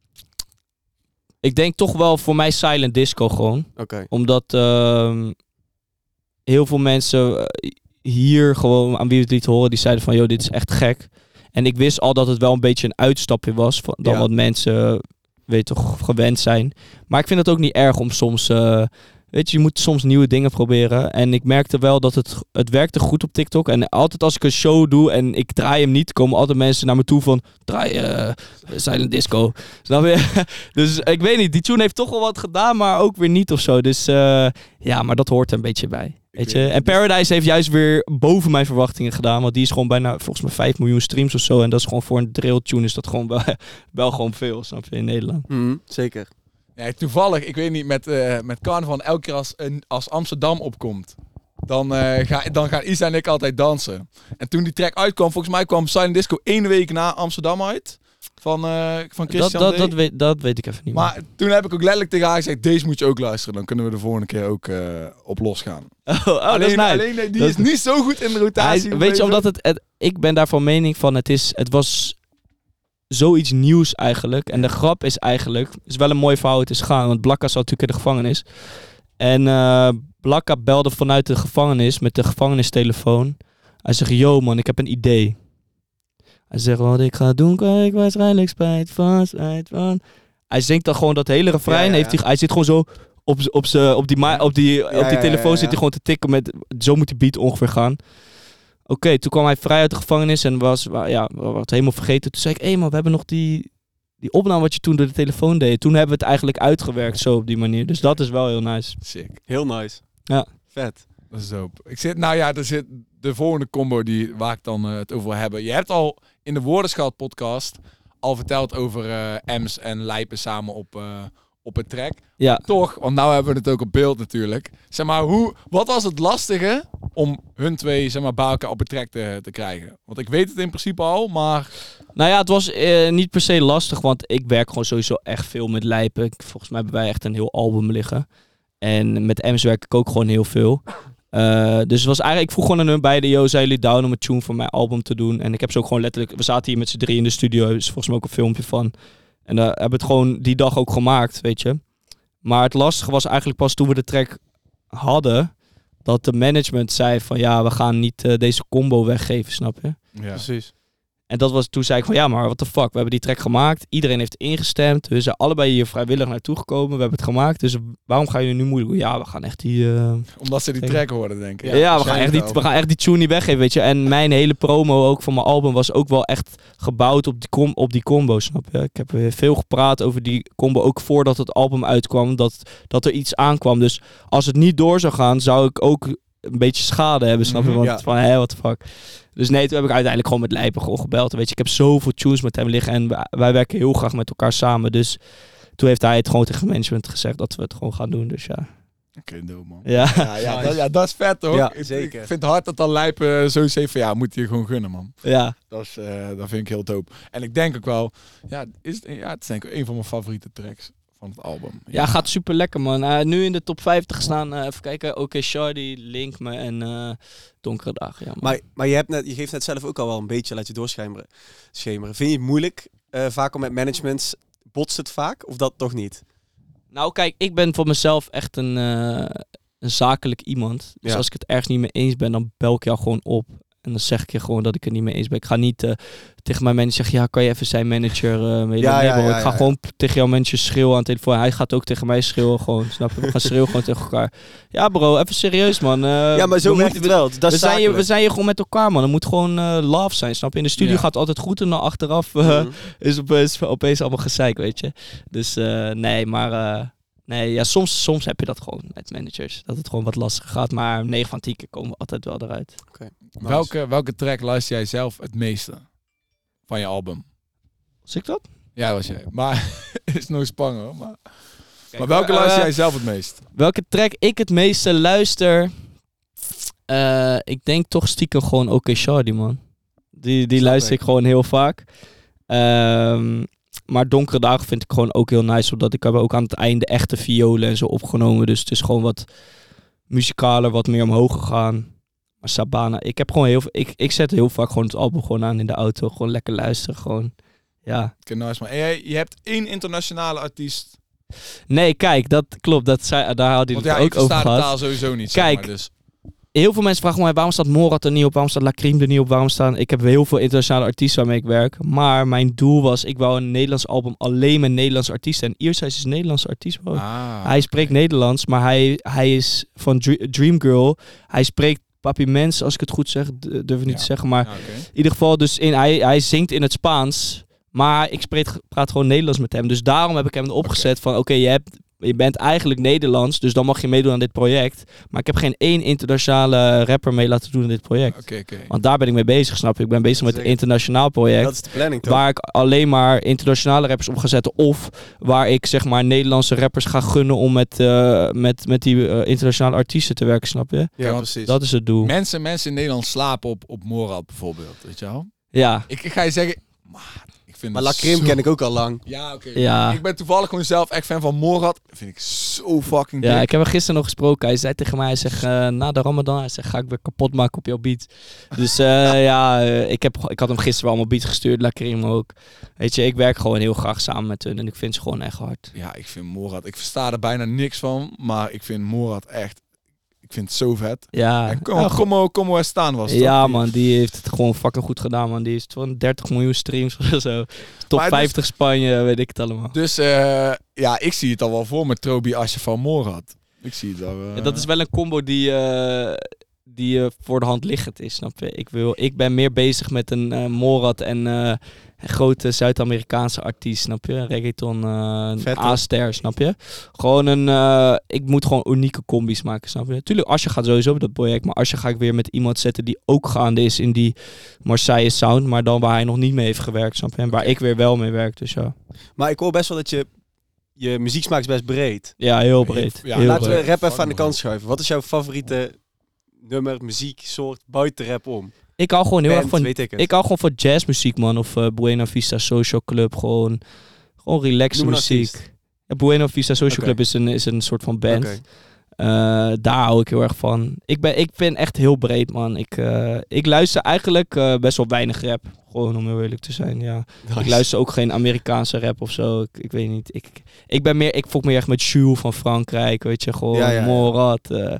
ik denk toch wel voor mij Silent Disco gewoon. Oké. Okay. Omdat um, heel veel mensen hier gewoon aan wie we het lieten horen, die zeiden van, joh, dit is echt gek. En ik wist al dat het wel een beetje een uitstapje was van dan Ja. wat mensen, weet toch, gewend zijn. Maar ik vind het ook niet erg om soms, uh, weet je, je moet soms nieuwe dingen proberen. En ik merkte wel dat het, het werkte goed op TikTok. En altijd als ik een show doe en ik draai hem niet, komen altijd mensen naar me toe van, draai uh, Silent Disco. Snap je? Dus ik weet niet, die tune heeft toch wel wat gedaan, maar ook weer niet of zo. Dus uh, ja, maar dat hoort er een beetje bij. Weet je? En Paradise heeft juist weer boven mijn verwachtingen gedaan. Want die is gewoon bijna volgens mij vijf miljoen streams of zo. En dat is gewoon voor een drill tune is dat gewoon wel, wel gewoon veel, snap je, in Nederland. Mm, zeker. Ja, toevallig, ik weet niet, met, uh, met carnaval, elke keer als, uh, als Amsterdam opkomt, dan, uh, ga, dan gaan Isa en ik altijd dansen. En toen die track uitkwam, volgens mij kwam Silent Disco één week na Amsterdam uit. Van, uh, van Christian dat, dat, D. dat, weet, dat weet ik even niet Maar toen heb ik ook letterlijk tegen haar gezegd, deze moet je ook luisteren. Dan kunnen we de volgende keer ook uh, op losgaan. Oh, oh alleen, dat is nice. alleen die dat is niet zo goed in de rotatie. Hij, weet je, omdat het, het... Ik ben daar van mening van, het is... Het was... zoiets nieuws eigenlijk. En de grap is eigenlijk, is wel een mooi verhaal hoe het is gegaan. Want Blakka zat natuurlijk in de gevangenis. En uh, Blakka belde vanuit de gevangenis met de gevangenistelefoon. Hij zegt, yo man, ik heb een idee. Hij zegt, wat ik ga doen, kan ik waarschijnlijk spijt van, spijt van. Hij zingt dan gewoon dat hele refrein. Ja, ja, ja. Heeft hij, hij zit gewoon zo op, op, z'n, op die, ma- op die, ja, op die ja, telefoon ja, ja, ja. zit hij gewoon te tikken met, zo moet die beat ongeveer gaan. Oké, okay, toen kwam hij vrij uit de gevangenis en was, ja, was helemaal vergeten. Toen zei ik, hé hey man, we hebben nog die, die opname wat je toen door de telefoon deed. Toen hebben we het eigenlijk uitgewerkt zo op die manier. Dus dat is wel heel nice. Sick. Heel nice. Ja. Vet. Dat is dope. Ik zit, nou ja, er zit de volgende combo die, waar ik dan uh, het over wil hebben. Je hebt al in de Woordenschat podcast al verteld over uh, Ems en Lijpen samen op, uh, op het track. Ja. Toch, want nou hebben we het ook op beeld natuurlijk. Zeg maar, hoe, wat was het lastige om hun twee zeg maar, bij elkaar op het track te, te krijgen? Want ik weet het in principe al, maar... Nou ja, het was uh, niet per se lastig, want ik werk gewoon sowieso echt veel met Lijpen. Volgens mij hebben wij echt een heel album liggen. En met Ems werk ik ook gewoon heel veel. Uh, dus het was eigenlijk, ik vroeg gewoon aan hun beiden, yo, zijn jullie down om een tune van mijn album te doen? En ik heb ze ook gewoon letterlijk, we zaten hier met z'n drie in de studio, er is volgens mij ook een filmpje van. En daar uh, hebben we het gewoon die dag ook gemaakt, weet je. Maar het lastige was eigenlijk pas toen we de track hadden, dat de management zei van ja, we gaan niet uh, deze combo weggeven, snap je? Ja. Precies. En dat was, toen zei ik van ja, maar what the fuck, we hebben die track gemaakt. Iedereen heeft ingestemd. We zijn allebei hier vrijwillig naartoe gekomen. We hebben het gemaakt. Dus waarom gaan jullie nu moeilijk doen? Ja, we gaan echt die... Uh... Omdat ze die track hoorden, denk ik. Ja, ja we, gaan echt die, we gaan echt die tune niet weggeven, weet je. En mijn hele promo ook van mijn album was ook wel echt gebouwd op die, com- op die combo, snap je? Ik heb veel gepraat over die combo, ook voordat het album uitkwam, dat, dat er iets aankwam. Dus als het niet door zou gaan, zou ik ook een beetje schade hebben, snap je? Want ja. van, hé, what the fuck. Dus nee, toen heb ik uiteindelijk gewoon met Lijpen gewoon gebeld. Weet je, ik heb zoveel tunes met hem liggen en wij, wij werken heel graag met elkaar samen. Dus toen heeft hij het gewoon tegen management gezegd dat we het gewoon gaan doen. Dus ja. Oké, okay, dope man. Ja. Ja, ja, nice. dat, ja, dat is vet hoor. Ja, ik, zeker. Ik vind het hard dat dan Lijpen zo zegt van ja, moet je gewoon gunnen man. Ja. Dat, is, uh, dat vind ik heel dope. En ik denk ook wel, ja, is, ja het is denk ik een van mijn favoriete tracks van het album. Ja, ja gaat super lekker man. Uh, nu in de top vijftig staan, uh, even kijken, Oké okay, Shardy, Link me en uh, Donkere Dagen. Ja, maar maar je, hebt net, je geeft net zelf ook al wel een beetje, laat je doorschemeren. Schemeren. Vind je het moeilijk, uh, vaak om met managements, botst het vaak of dat toch niet? Nou kijk, ik ben voor mezelf echt een, uh, een zakelijk iemand. Dus ja. als ik het ergens niet mee eens ben, dan bel ik jou gewoon op. En dan zeg ik je gewoon dat ik het niet mee eens ben. Ik ga niet uh, tegen mijn manager zeggen, ja, kan je even zijn manager uh, mee ja, ja, ja, ja, Ik ga ja, ja. gewoon tegen jouw manager schreeuwen aan de telefoon. Hij gaat ook tegen mij schreeuwen gewoon, snap je? We gaan schreeuwen gewoon tegen elkaar. Ja bro, even serieus man. Uh, ja, maar zo werkt het wel. Dat we, zijn je, we zijn hier gewoon met elkaar man. Er moet gewoon uh, love zijn, snap je? In de studio ja. gaat het altijd goed en dan achteraf uh, mm-hmm. is opeens, opeens allemaal gezeik, weet je? Dus uh, nee, maar... Uh, Nee, ja, soms, soms heb je dat gewoon met managers. Dat het gewoon wat lastiger gaat. Maar negen van tien keer komen we altijd wel eruit. Okay. Nice. Welke, welke track luister jij zelf het meeste van je album? Was ik dat? Ja, dat was jij. Maar is nog spannend hoor. Maar, Kijk, maar welke uh, luister jij zelf het meest? Welke track ik het meeste luister? Uh, ik denk toch stiekem gewoon Oké okay, Shardy, man. Die, die luister ik. ik gewoon heel vaak. Um, Maar Donkere Dagen vind ik gewoon ook heel nice. Omdat ik heb ook aan het einde echte violen en zo opgenomen. Dus het is gewoon wat muzikaler, wat meer omhoog gegaan. Maar Sabana, ik heb gewoon heel veel... Ik, ik zet heel vaak gewoon het album gewoon aan in de auto. Gewoon lekker luisteren, gewoon. Ja. Okay, nice, man. En jij, je hebt één internationale artiest. Nee, kijk, dat klopt. Dat zei, daar hadden jullie ja, het ook over gehad. de taal sowieso niet, kijk, zeg maar, dus... Heel veel mensen vragen me, waarom staat Morat er niet op? Waarom staat Lacrim er niet op? Waarom staan... Ik heb heel veel internationale artiesten waarmee ik werk. Maar mijn doel was, ik wou een Nederlands album alleen met Nederlandse artiesten. En Iershuis is een Nederlandse artiest. Bro. Ah, hij spreekt okay. Nederlands, maar hij, hij is van Dreamgirl. Hij spreekt Papi Mens, als ik het goed zeg. Durf ik niet ja. te zeggen. Maar ja, okay. in ieder geval, dus in, hij, hij zingt in het Spaans. Maar ik spreek, praat gewoon Nederlands met hem. Dus daarom heb ik hem opgezet okay. van, oké, okay, je hebt... Je bent eigenlijk Nederlands, dus dan mag je meedoen aan dit project. Maar ik heb geen één internationale rapper mee laten doen in dit project. Okay, okay. Want daar ben ik mee bezig, snap je? Ik ben bezig met een internationaal project. Dat is de planning, toch? Waar ik alleen maar internationale rappers op ga zetten. Of waar ik zeg maar Nederlandse rappers ga gunnen om met, uh, met, met die uh, internationale artiesten te werken, snap je? Ja, precies. Dat is het doel. Mensen, mensen in Nederland slapen op, op Morat bijvoorbeeld, weet je wel? Ja. Ik, ik ga je zeggen... Maar, ik vind Maar het Lacrim zo... ken ik ook al lang. Ja, oké. Ja. Ik ben toevallig gewoon zelf echt fan van Morad. Dat vind ik zo fucking Ja, dik. ik heb hem gisteren nog gesproken. Hij zei tegen mij, hij zegt, uh, na de Ramadan, hij zegt, ga ik weer kapot maken op jouw beat. Dus uh, ja, uh, ik, heb, ik had hem gisteren wel allemaal beats gestuurd, Lacrim ook. Weet je, ik werk gewoon heel graag samen met hun en ik vind ze gewoon echt hard. Ja, ik vind Morad... Ik versta er bijna niks van, maar ik vind Morad echt... Ik vind het zo vet. Ja, En kom, ja, kom, kom, kom waar staan was het, ja toch? man, die heeft het gewoon fucking goed gedaan, man. Die is gewoon dertig miljoen streams of zo. Top Maar dus- vijftig Spanje, weet ik het allemaal. Dus uh, ja, ik zie het al wel voor met Trobi Asje van Morad. Ik zie het wel. Uh... Ja, dat is wel een combo die, uh, die uh, voor de hand liggend is, snap je? Ik, wil, ik ben meer bezig met een uh, Morad en uh, een grote Zuid-Amerikaanse artiest, snap je? Een reggaeton, uh, een A-ster, snap je? Gewoon een... Uh, ik moet gewoon unieke combi's maken, snap je? Tuurlijk, Asje gaat sowieso op dat project, maar Asje ga ik weer met iemand zetten die ook gaande is in die Marseille sound, maar dan waar hij nog niet mee heeft gewerkt, snap je? En waar ik weer wel mee werk, dus ja. Maar ik hoor best wel dat je... Je muzieksmaak is best breed. Ja, heel breed. Ja, heel Laten breed. we rap even aan de kant schuiven. Wat is jouw favoriete nummer, muziek, soort, buiten rap om? Ik hou gewoon heel Band, erg van... weet ik het. Ik hou gewoon van jazzmuziek, man. Of uh, Buena Vista Social Club. Gewoon, gewoon relaxe Noem een muziek. artiest. Ja, Buena Vista Social Oké. Club is een, is een soort van band. Oké. Uh, daar hou ik heel erg van. Ik ben, ik ben echt heel breed, man. Ik, uh, ik luister eigenlijk uh, best wel weinig rap. Gewoon om heel eerlijk te zijn, ja. Nice. Ik luister ook geen Amerikaanse rap of zo. Ik, ik weet niet. Ik, ik ben meer... Ik fok me echt met Jules van Frankrijk, weet je. Gewoon Ja, ja, ja. Morad, uh,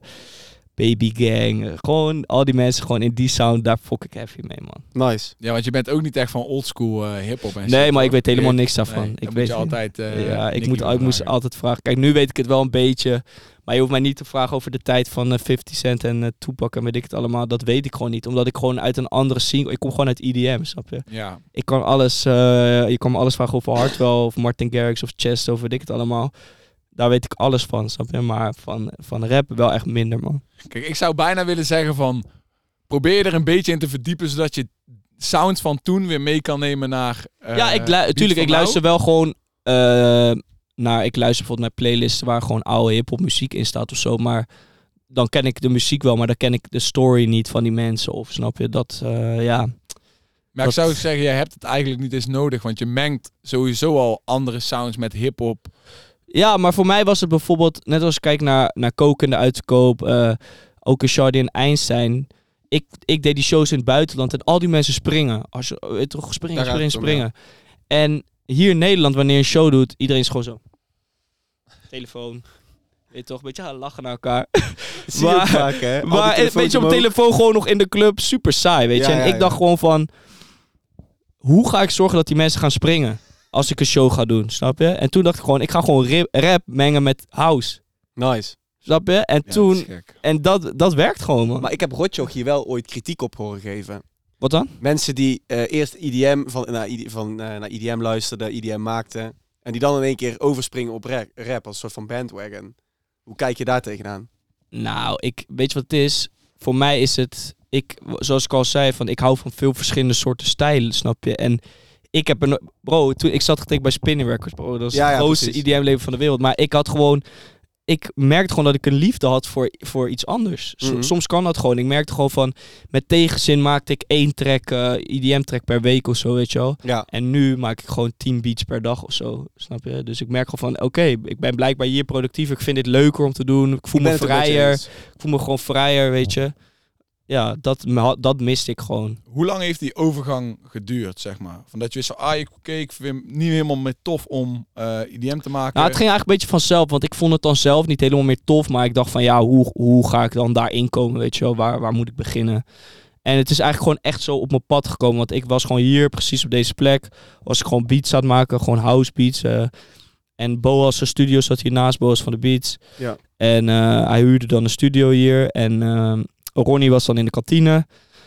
Baby Gang. Uh, gewoon al die mensen gewoon in die sound. Daar fok ik heavy mee, man. Nice. Ja, want je bent ook niet echt van oldschool uh, hip-hop en Nee, shit, maar ik hoor. weet helemaal Nee, niks daarvan. nee, Ik dan weet moet je altijd... Uh, ja, ik, Nicky moet, ik moest vragen. altijd vragen. Kijk, nu weet ik het wel een beetje. Maar je hoeft mij niet te vragen over de tijd van uh, fifty Cent en uh, Tupac en weet ik het allemaal. Dat weet ik gewoon niet. Omdat ik gewoon uit een andere scene... Ik kom gewoon uit E D M, snap je? Ja. Ik kan alles... Uh, je kan me alles vragen over Hardwell of Martin Garrix of Chesto of weet ik het allemaal. Daar weet ik alles van, snap je? Maar van, van rap wel echt minder, man. Kijk, ik zou bijna willen zeggen van... Probeer je er een beetje in te verdiepen, zodat je sounds van toen weer mee kan nemen naar... Uh, ja, ik lu- tuurlijk, ik luister wel gewoon... Uh, naar, ik luister bijvoorbeeld naar playlisten waar gewoon oude hip-hop muziek in staat of zo. Maar dan ken ik de muziek wel, maar dan ken ik de story niet van die mensen. Of snap je dat, uh, ja... Maar dat... ik zou zeggen, je hebt het eigenlijk niet eens nodig. Want je mengt sowieso al andere sounds met hip-hop. Ja, maar voor mij was het bijvoorbeeld, net als ik kijk naar, naar Kokende Uitverkoop, uh, ook een Shardy en Einstein. Ik, ik deed die shows in het buitenland en al die mensen springen. Als je weet toch, springen, Daar springen, gaat het om, springen. En hier in Nederland, wanneer je een show doet, iedereen is gewoon zo. Telefoon. Weet je toch, een beetje gaan lachen naar elkaar. Zie je ook vaak, hè? Maar weet je, op mijn telefoon gewoon nog in de club, super saai, weet je. Ja, en ja, ik dacht ja. gewoon van, hoe ga ik zorgen dat die mensen gaan springen als ik een show ga doen, snap je? En toen dacht ik gewoon, ik ga gewoon rap, rap mengen met house. Nice. Snap je? En Ja, toen, dat is gek. en dat, dat werkt gewoon, man. Maar ik heb Rotjoch hier wel ooit kritiek op horen geven. Wat dan? Mensen die uh, eerst E D M van, naar, I D, van, uh, naar E D M luisterden, E D M maakten. En die dan in één keer overspringen op rap, rap als een soort van bandwagon. Hoe kijk je daar tegenaan? Nou, ik weet je wat het is? Voor mij is het, ik, zoals ik al zei, van ik hou van veel verschillende soorten stijlen, snap je? En ik heb een, bro, toen ik zat getekend bij Spinning Records, bro, dat is Ja, het ja, grootste precies. E D M-label van de wereld. Maar ik had gewoon, ik merkte gewoon dat ik een liefde had voor, voor iets anders. S- Mhm. Soms kan dat gewoon. Ik merkte gewoon van, met tegenzin maakte ik één track, uh, E D M-track per week of zo, weet je wel. Ja. En nu maak ik gewoon tien beats per dag of zo, snap je? Dus ik merk gewoon van, oké, ik ben blijkbaar hier productief. Ik vind dit leuker om te doen. Ik voel Ik ben me het ook met je vrijer. eens. Ik voel me gewoon vrijer, weet je. Ja, dat, dat miste ik gewoon. Hoe lang heeft die overgang geduurd, zeg maar? Van dat je wist van, ah, ik, okay, ik vind het niet helemaal meer tof om uh, E D M te maken. Nou, het ging eigenlijk een beetje vanzelf, want ik vond het dan zelf niet helemaal meer tof. Maar ik dacht van, ja, hoe, hoe ga ik dan daarin komen, weet je wel? Waar, waar moet ik beginnen? En het is eigenlijk gewoon echt zo op mijn pad gekomen. Want ik was gewoon hier, precies op deze plek. Was ik gewoon beats aan het maken, gewoon house beats. Uh, en Boas, zijn studio zat hiernaast, Boas van de Beats. Ja. En uh, hij huurde dan een studio hier. En uh, Ronnie was dan in de kantine.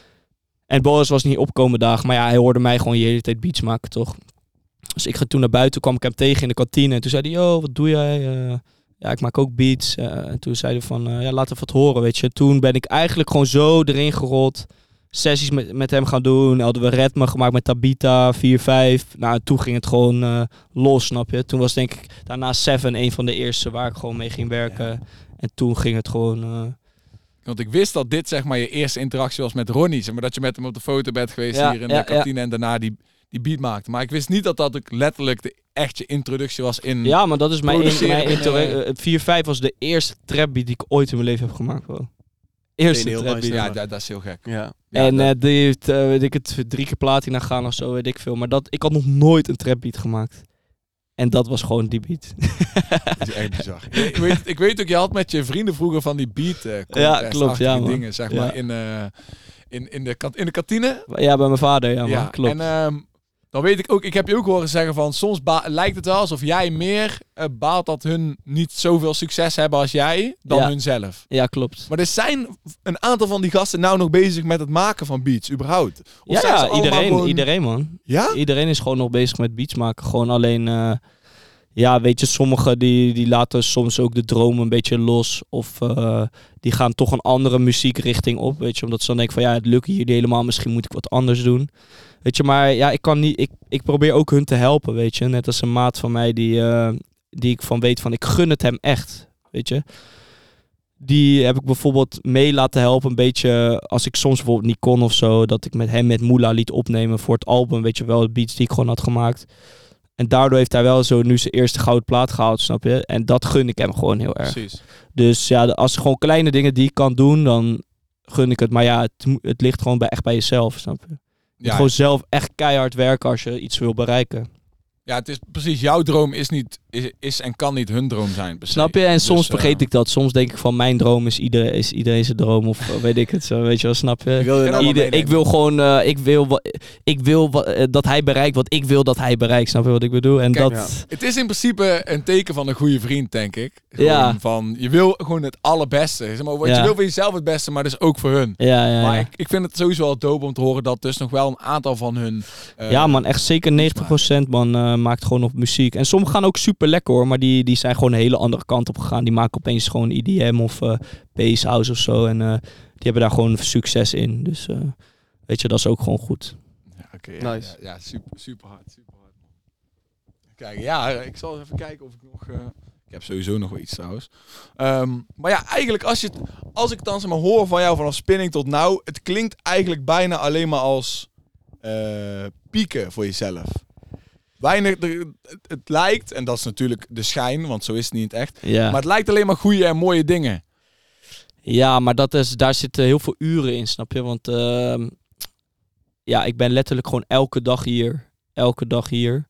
En Boas was niet opkomen dagen. Maar ja, hij hoorde mij gewoon de hele tijd beats maken, toch? Dus ik ga toen naar buiten, kwam ik hem tegen in de kantine. En toen zei hij, yo, wat doe jij? Uh, ja, ik maak ook beats. Uh, en toen zei hij van, uh, ja, laat even wat horen, weet je. Toen ben ik eigenlijk gewoon zo erin gerold. Sessies met, met hem gaan doen. Hadden we ritme gemaakt met Tabita, vier vijf. Nou, toen ging het gewoon uh, los, snap je. Toen was denk ik daarna Seven een van de eerste waar ik gewoon mee ging werken. Ja. En toen ging het gewoon... Uh, Want ik wist dat dit zeg maar je eerste interactie was met Ronnie. Zeg maar dat je met hem op de foto bent geweest ja, hier in ja, de kantine. Ja. En daarna die, die beat maakte. Maar ik wist niet dat dat ook letterlijk de echte introductie was in... Ja, maar dat is mijn, in, produceren mijn en, intro- eh, eh, vier vijf was de eerste trapbeat die ik ooit in mijn leven heb gemaakt, bro. Eerste Heel trapbeat. nice, ja, man. dat, dat is heel gek. Ja. Ja, en dat- eh, die heeft, eh, weet ik het, drie keer platina gaan of zo, weet ik veel. Maar dat, ik had nog nooit een trapbeat gemaakt. En dat was gewoon die beat. dat is echt bizar. ik, weet, ik weet ook, je had met je vrienden vroeger van die beat eh Ja, klopt, ja, man. dingen, zeg Ja. maar, in, eh, in, in, de, kat- in de kantine. Ja, bij mijn vader, ja, man. Klopt. En ehm, dan weet ik ook, ik heb je ook horen zeggen van, soms ba- lijkt het wel alsof jij meer eh, baalt dat hun niet zoveel succes hebben als jij, dan Ja. hun zelf. Ja, klopt. Maar er zijn een aantal van die gasten nou nog bezig met het maken van beats, überhaupt. Of Ja, zijn ze ja allemaal iedereen, gewoon- iedereen, man. Ja? Iedereen is gewoon nog bezig met beats maken. Gewoon alleen, eh, ja, weet je, sommigen die, die laten soms ook de droom een beetje los. Of eh, die gaan toch een andere muziekrichting op, weet je. Omdat ze dan denken van, ja, het lukt hier niet helemaal. Misschien moet ik wat anders doen. Weet je, maar ja, ik kan niet, ik, ik probeer ook hun te helpen, weet je. Net als een maat van mij die, eh, die ik van weet van, ik gun het hem echt, weet je. Die heb ik bijvoorbeeld mee laten helpen een beetje, als ik soms bijvoorbeeld niet kon of zo, dat ik met hem met Moela liet opnemen voor het album, weet je wel, de beats die ik gewoon had gemaakt. En daardoor heeft hij wel zo nu zijn eerste gouden plaat gehaald, snap je? En dat gun ik hem gewoon heel erg. Precies. Dus ja, de- als er gewoon kleine dingen die ik kan doen, dan gun ik het. Maar ja, het, mo- het ligt gewoon bij, echt bij jezelf, snap je? Je moet Ja, gewoon zelf echt keihard werken als je iets wil bereiken. ja, het is precies, jouw droom is, niet, is, is en kan niet hun droom zijn. per se. Snap je? En Dus, soms eh, vergeet ik dat. Soms denk ik van mijn droom is, iedereen, is iedereen zijn droom. Of eh, weet ik het zo. Weet je wel, snap je? Je wil je allemaal nou Ieder- meenemen. ik wil gewoon, eh, ik wil, wa- ik wil wa- eh, dat hij bereikt wat ik wil dat hij bereikt. Snap je wat ik bedoel? En Kijk, dat, ja. Het is in principe een teken van een goede vriend, denk ik. Gewoon Ja. van, je wil gewoon het allerbeste. Zeg maar, want Ja. je wil voor jezelf het beste, maar dus ook voor hun. ja, ja, Maar ja. ik, ik vind het sowieso wel dope om te horen dat dus nog wel een aantal van hun... eh, ja man, echt zeker negentig procent man eh, maakt gewoon nog muziek. En sommigen gaan ook super lekker hoor, maar die, die zijn gewoon een hele andere kant op gegaan. Die maken opeens gewoon E D M of eh bass house of zo. En eh, die hebben daar gewoon succes in. Dus eh, weet je, dat is ook gewoon goed. Ja, oké, ja, Nice. Ja, ja, super, super hard, super hard. Kijk, ja, ik zal even kijken of ik nog... eh, ik heb sowieso nog wel iets trouwens. Ehm, maar ja, eigenlijk als, je het, als ik het dan zeg maar hoor van jou vanaf spinning tot nou, het klinkt eigenlijk bijna alleen maar als eh, pieken voor jezelf. Weinig, er- het, het lijkt, en dat is natuurlijk de schijn, want zo is het niet in het echt, Ja. maar het lijkt alleen maar goede en mooie dingen. Ja, maar dat is, daar zitten heel veel uren in, snap je? Want ehm, ja, ik ben letterlijk gewoon elke dag hier. Elke dag hier.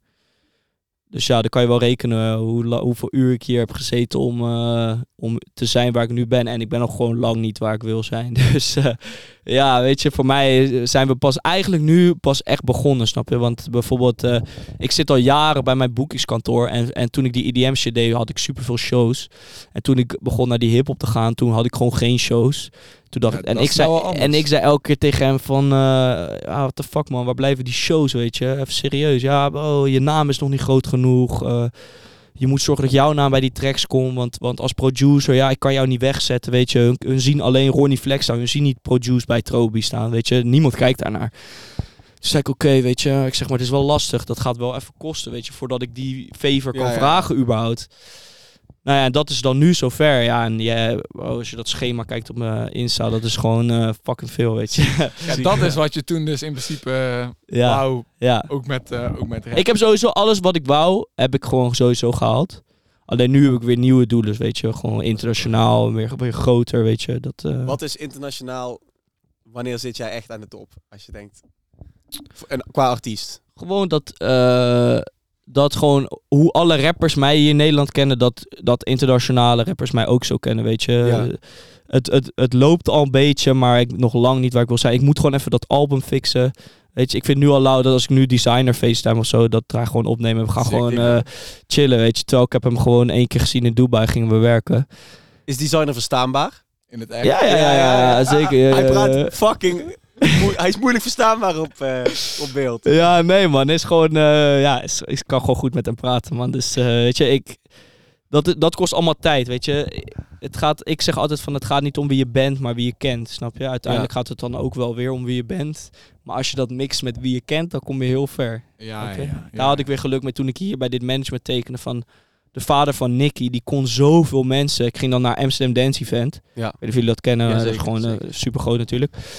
Dus ja, dan kan je wel rekenen hoe, la- hoeveel uur ik hier heb gezeten om, eh, om te zijn waar ik nu ben. En ik ben nog gewoon lang niet waar ik wil zijn. Dus eh, ja, weet je, voor mij zijn we pas eigenlijk nu pas echt begonnen, snap je? Want bijvoorbeeld, eh, ik zit al jaren bij mijn boekingskantoor. En, en toen ik die E D M shit deed, had ik superveel shows. En toen ik begon naar die hiphop te gaan, toen had ik gewoon geen shows. Toen dacht Ja, ik, en, dat ik is nou zei, wel anders. en ik zei elke keer tegen hem van, eh ah, what the fuck man, waar blijven die shows, weet je? Even serieus. Ja, oh, je naam is nog niet groot genoeg. Eh, je moet zorgen dat jouw naam bij die tracks komt. Want, want als producer, ja, ik kan jou niet wegzetten, weet je. Hun, hun zien alleen Ronnie Flex staan. Hun zien niet Produce bij Trobi staan, weet je. Niemand kijkt daarnaar. Toen zei ik, oké, weet je. Ik zeg, maar het is wel lastig. Dat gaat wel even kosten, weet je. Voordat ik die favor kan Ja, ja. vragen überhaupt. Nou ja, dat is dan nu zover. Ja, en ja, oh, als je dat schema kijkt op mijn Insta, dat is gewoon eh, fucking veel, weet je. Ja, dat is wat je toen dus in principe eh, Ja, wou, ja. ook met, eh, ook met rap. Ik heb sowieso alles wat ik wou, heb ik gewoon sowieso gehaald. Alleen nu heb ik weer nieuwe doelen, weet je. Gewoon internationaal, weer, weer groter, weet je. Dat, eh, Wat is internationaal? Wanneer zit jij echt aan de top? Als je denkt. En qua artiest. Gewoon dat, eh, dat gewoon hoe alle rappers mij hier in Nederland kennen, dat, dat internationale rappers mij ook zo kennen, weet je. Ja. Het, het, het loopt al een beetje, maar ik nog lang niet waar ik wil zijn. Ik moet gewoon even dat album fixen. Weet je, ik vind nu al lauw dat als ik nu designer FaceTime of zo, dat ga gewoon opnemen. We gaan Zeker. gewoon eh, chillen, weet je. Terwijl ik heb hem gewoon één keer gezien in Dubai, gingen we werken. Is designer verstaanbaar? In het echt. Ja, ja, ja, ja, ja, zeker. ja, Hij ja, ja. praat fucking... moe- hij is moeilijk verstaanbaar op, eh, op beeld. Ja, nee man, is gewoon, eh, ja, is, ik kan gewoon goed met hem praten man. Dus eh, weet je, ik, dat, dat kost allemaal tijd, weet je. Het gaat, ik zeg altijd van, het gaat niet om wie je bent, maar wie je kent, snap je? Uiteindelijk Ja. gaat het dan ook wel weer om wie je bent. Maar als je dat mixt met wie je kent, dan kom je heel ver. Ja, Oké. ja, ja. Daar had ik weer geluk mee toen ik hier bij dit management tekende van de vader van Nicky, die kon zoveel mensen. Ik ging dan naar Amsterdam Dance Event. Ja. Ik weet niet of jullie dat kennen, Ja, dat is zeker, gewoon zeker. super groot natuurlijk.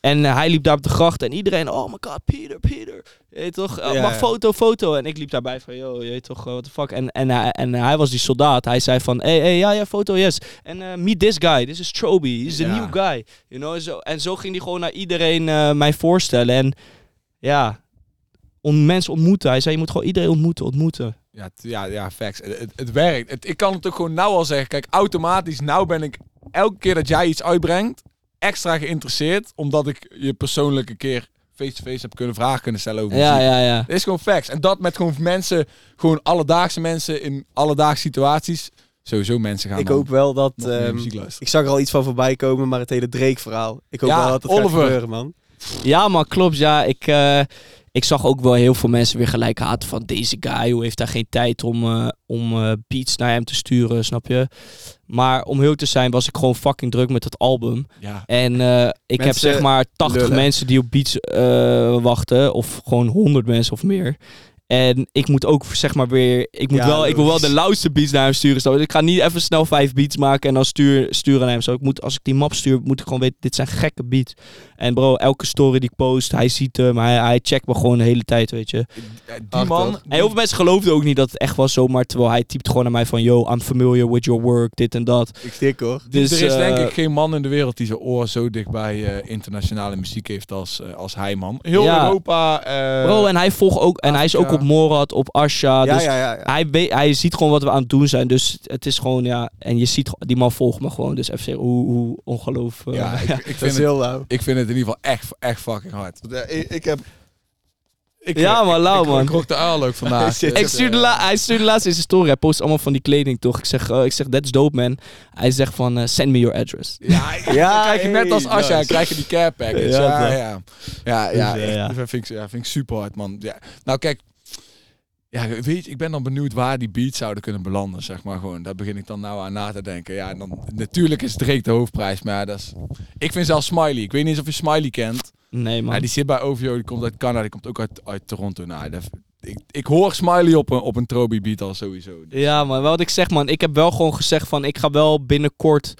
En uh, hij liep daar op de gracht en iedereen, oh my god, Peter, Peter. Je weet toch, uh, Ja, mag ja. foto, foto. En ik liep daarbij van, yo, je weet toch, uh, what the fuck. En, en, hij, en hij was die soldaat. Hij zei van, hey, hey, ja, ja, foto, yes. En uh, meet this guy, this is Troby, he's the Ja. new guy. You know, zo, en zo ging hij gewoon naar iedereen uh, mij voorstellen. En ja, om mensen ontmoeten. Hij zei, je moet gewoon iedereen ontmoeten, ontmoeten. Ja, t- ja, ja, facts. Het, het, het werkt. Het, ik kan het ook gewoon nou al zeggen. Kijk, automatisch, nou ben ik elke keer dat jij iets uitbrengt, extra geïnteresseerd, omdat ik je persoonlijk een keer face-to-face heb kunnen vragen kunnen stellen over Ja, muziek. ja, ja. Het is gewoon facts. En dat met gewoon mensen, gewoon alledaagse mensen in alledaagse situaties. Sowieso mensen gaan Ik dan hoop wel dat... nog meer ehm, muziek luisteren. ik zag er al iets van voorbij komen, maar het hele Drake-verhaal. Ik hoop Ja, wel dat het Oliver. gaat gebeuren, man. Ja, maar klopt. Ja, ik, uh, ik zag ook wel heel veel mensen weer gelijk haten van deze guy. Hoe heeft hij geen tijd om, uh, om uh, beats naar hem te sturen, snap je? Maar om heel te zijn was ik gewoon fucking druk met het album. Ja. En uh, ik heb Mensen zeg maar tachtig lullen. mensen die op beats uh, wachten. Of gewoon honderd mensen of meer. En ik moet ook zeg maar weer... Ik moet Ja, wel, ik wil wel logisch. de lauwste beats naar hem sturen. Zo. Ik ga niet even snel vijf beats maken en dan stuur, sturen naar hem. Zo. Ik moet, als ik die map stuur, moet ik gewoon weten, dit zijn gekke beats. En bro, elke story die ik post, hij ziet hem. Hij, hij checkt me gewoon de hele tijd, weet je. Die Ach, man... toch? En heel veel mensen geloofden ook niet dat het echt was zomaar. Terwijl hij typt gewoon naar mij van... Yo, I'm familiar with your work, dit en dat. Ik stik hoor. Dus, er is uh, denk ik geen man in de wereld die zijn oor zo dicht bij uh, internationale muziek heeft als, uh, als hij, man. Heel Ja. Europa... uh, Bro, en hij volgt ook... En hij is ook Afrika. op Morad, op Asha. Ja, Dus ja, ja. ja. Hij, weet, hij ziet gewoon wat we aan het doen zijn. Dus het is gewoon, ja... En je ziet, die man volgt me gewoon. Dus even zeggen hoe, hoe ongelooflijk... Ja, ik, ik, Dat vind is het, heel lauw. ik vind het in ieder geval echt, echt fucking hard. Want, uh, ik, ik heb... Ik, Ja, ik- man, lauw, ik, man. Ik rook de uil ook vandaag. Shit. Ik stuurde la- hij stuurde laatst in zijn story. Hij post allemaal van die kleding, toch? Ik zeg, uh, ik zeg that's dope, man. Hij zegt van, uh, send me your address. Ja, Ja, ja, krijg je net hey, als Asha, nice. krijg je die care package. Ja, Ja, toch. ja, ja. Ja, ja, Dus, uh, echt, ja. Dat vind ik, ja, vind ik super hard, man. Ja. Nou, kijk. Ja, weet je, ik ben dan benieuwd waar die beats zouden kunnen belanden, zeg maar gewoon. Daar begin ik dan nou aan na te denken. Ja, en dan, natuurlijk is Drake de hoofdprijs, maar ja, dat is... Ik vind zelfs Smiley. Ik weet niet eens of je Smiley kent. Nee, man. Ja, die zit bij O V O, die komt uit Canada, die komt ook uit, uit Toronto. Nou, dat, ik, ik hoor Smiley op een, op een Troby beat al sowieso. Dus- Ja, man. Wat ik zeg, man. Ik heb wel gewoon gezegd van... Ik ga wel binnenkort...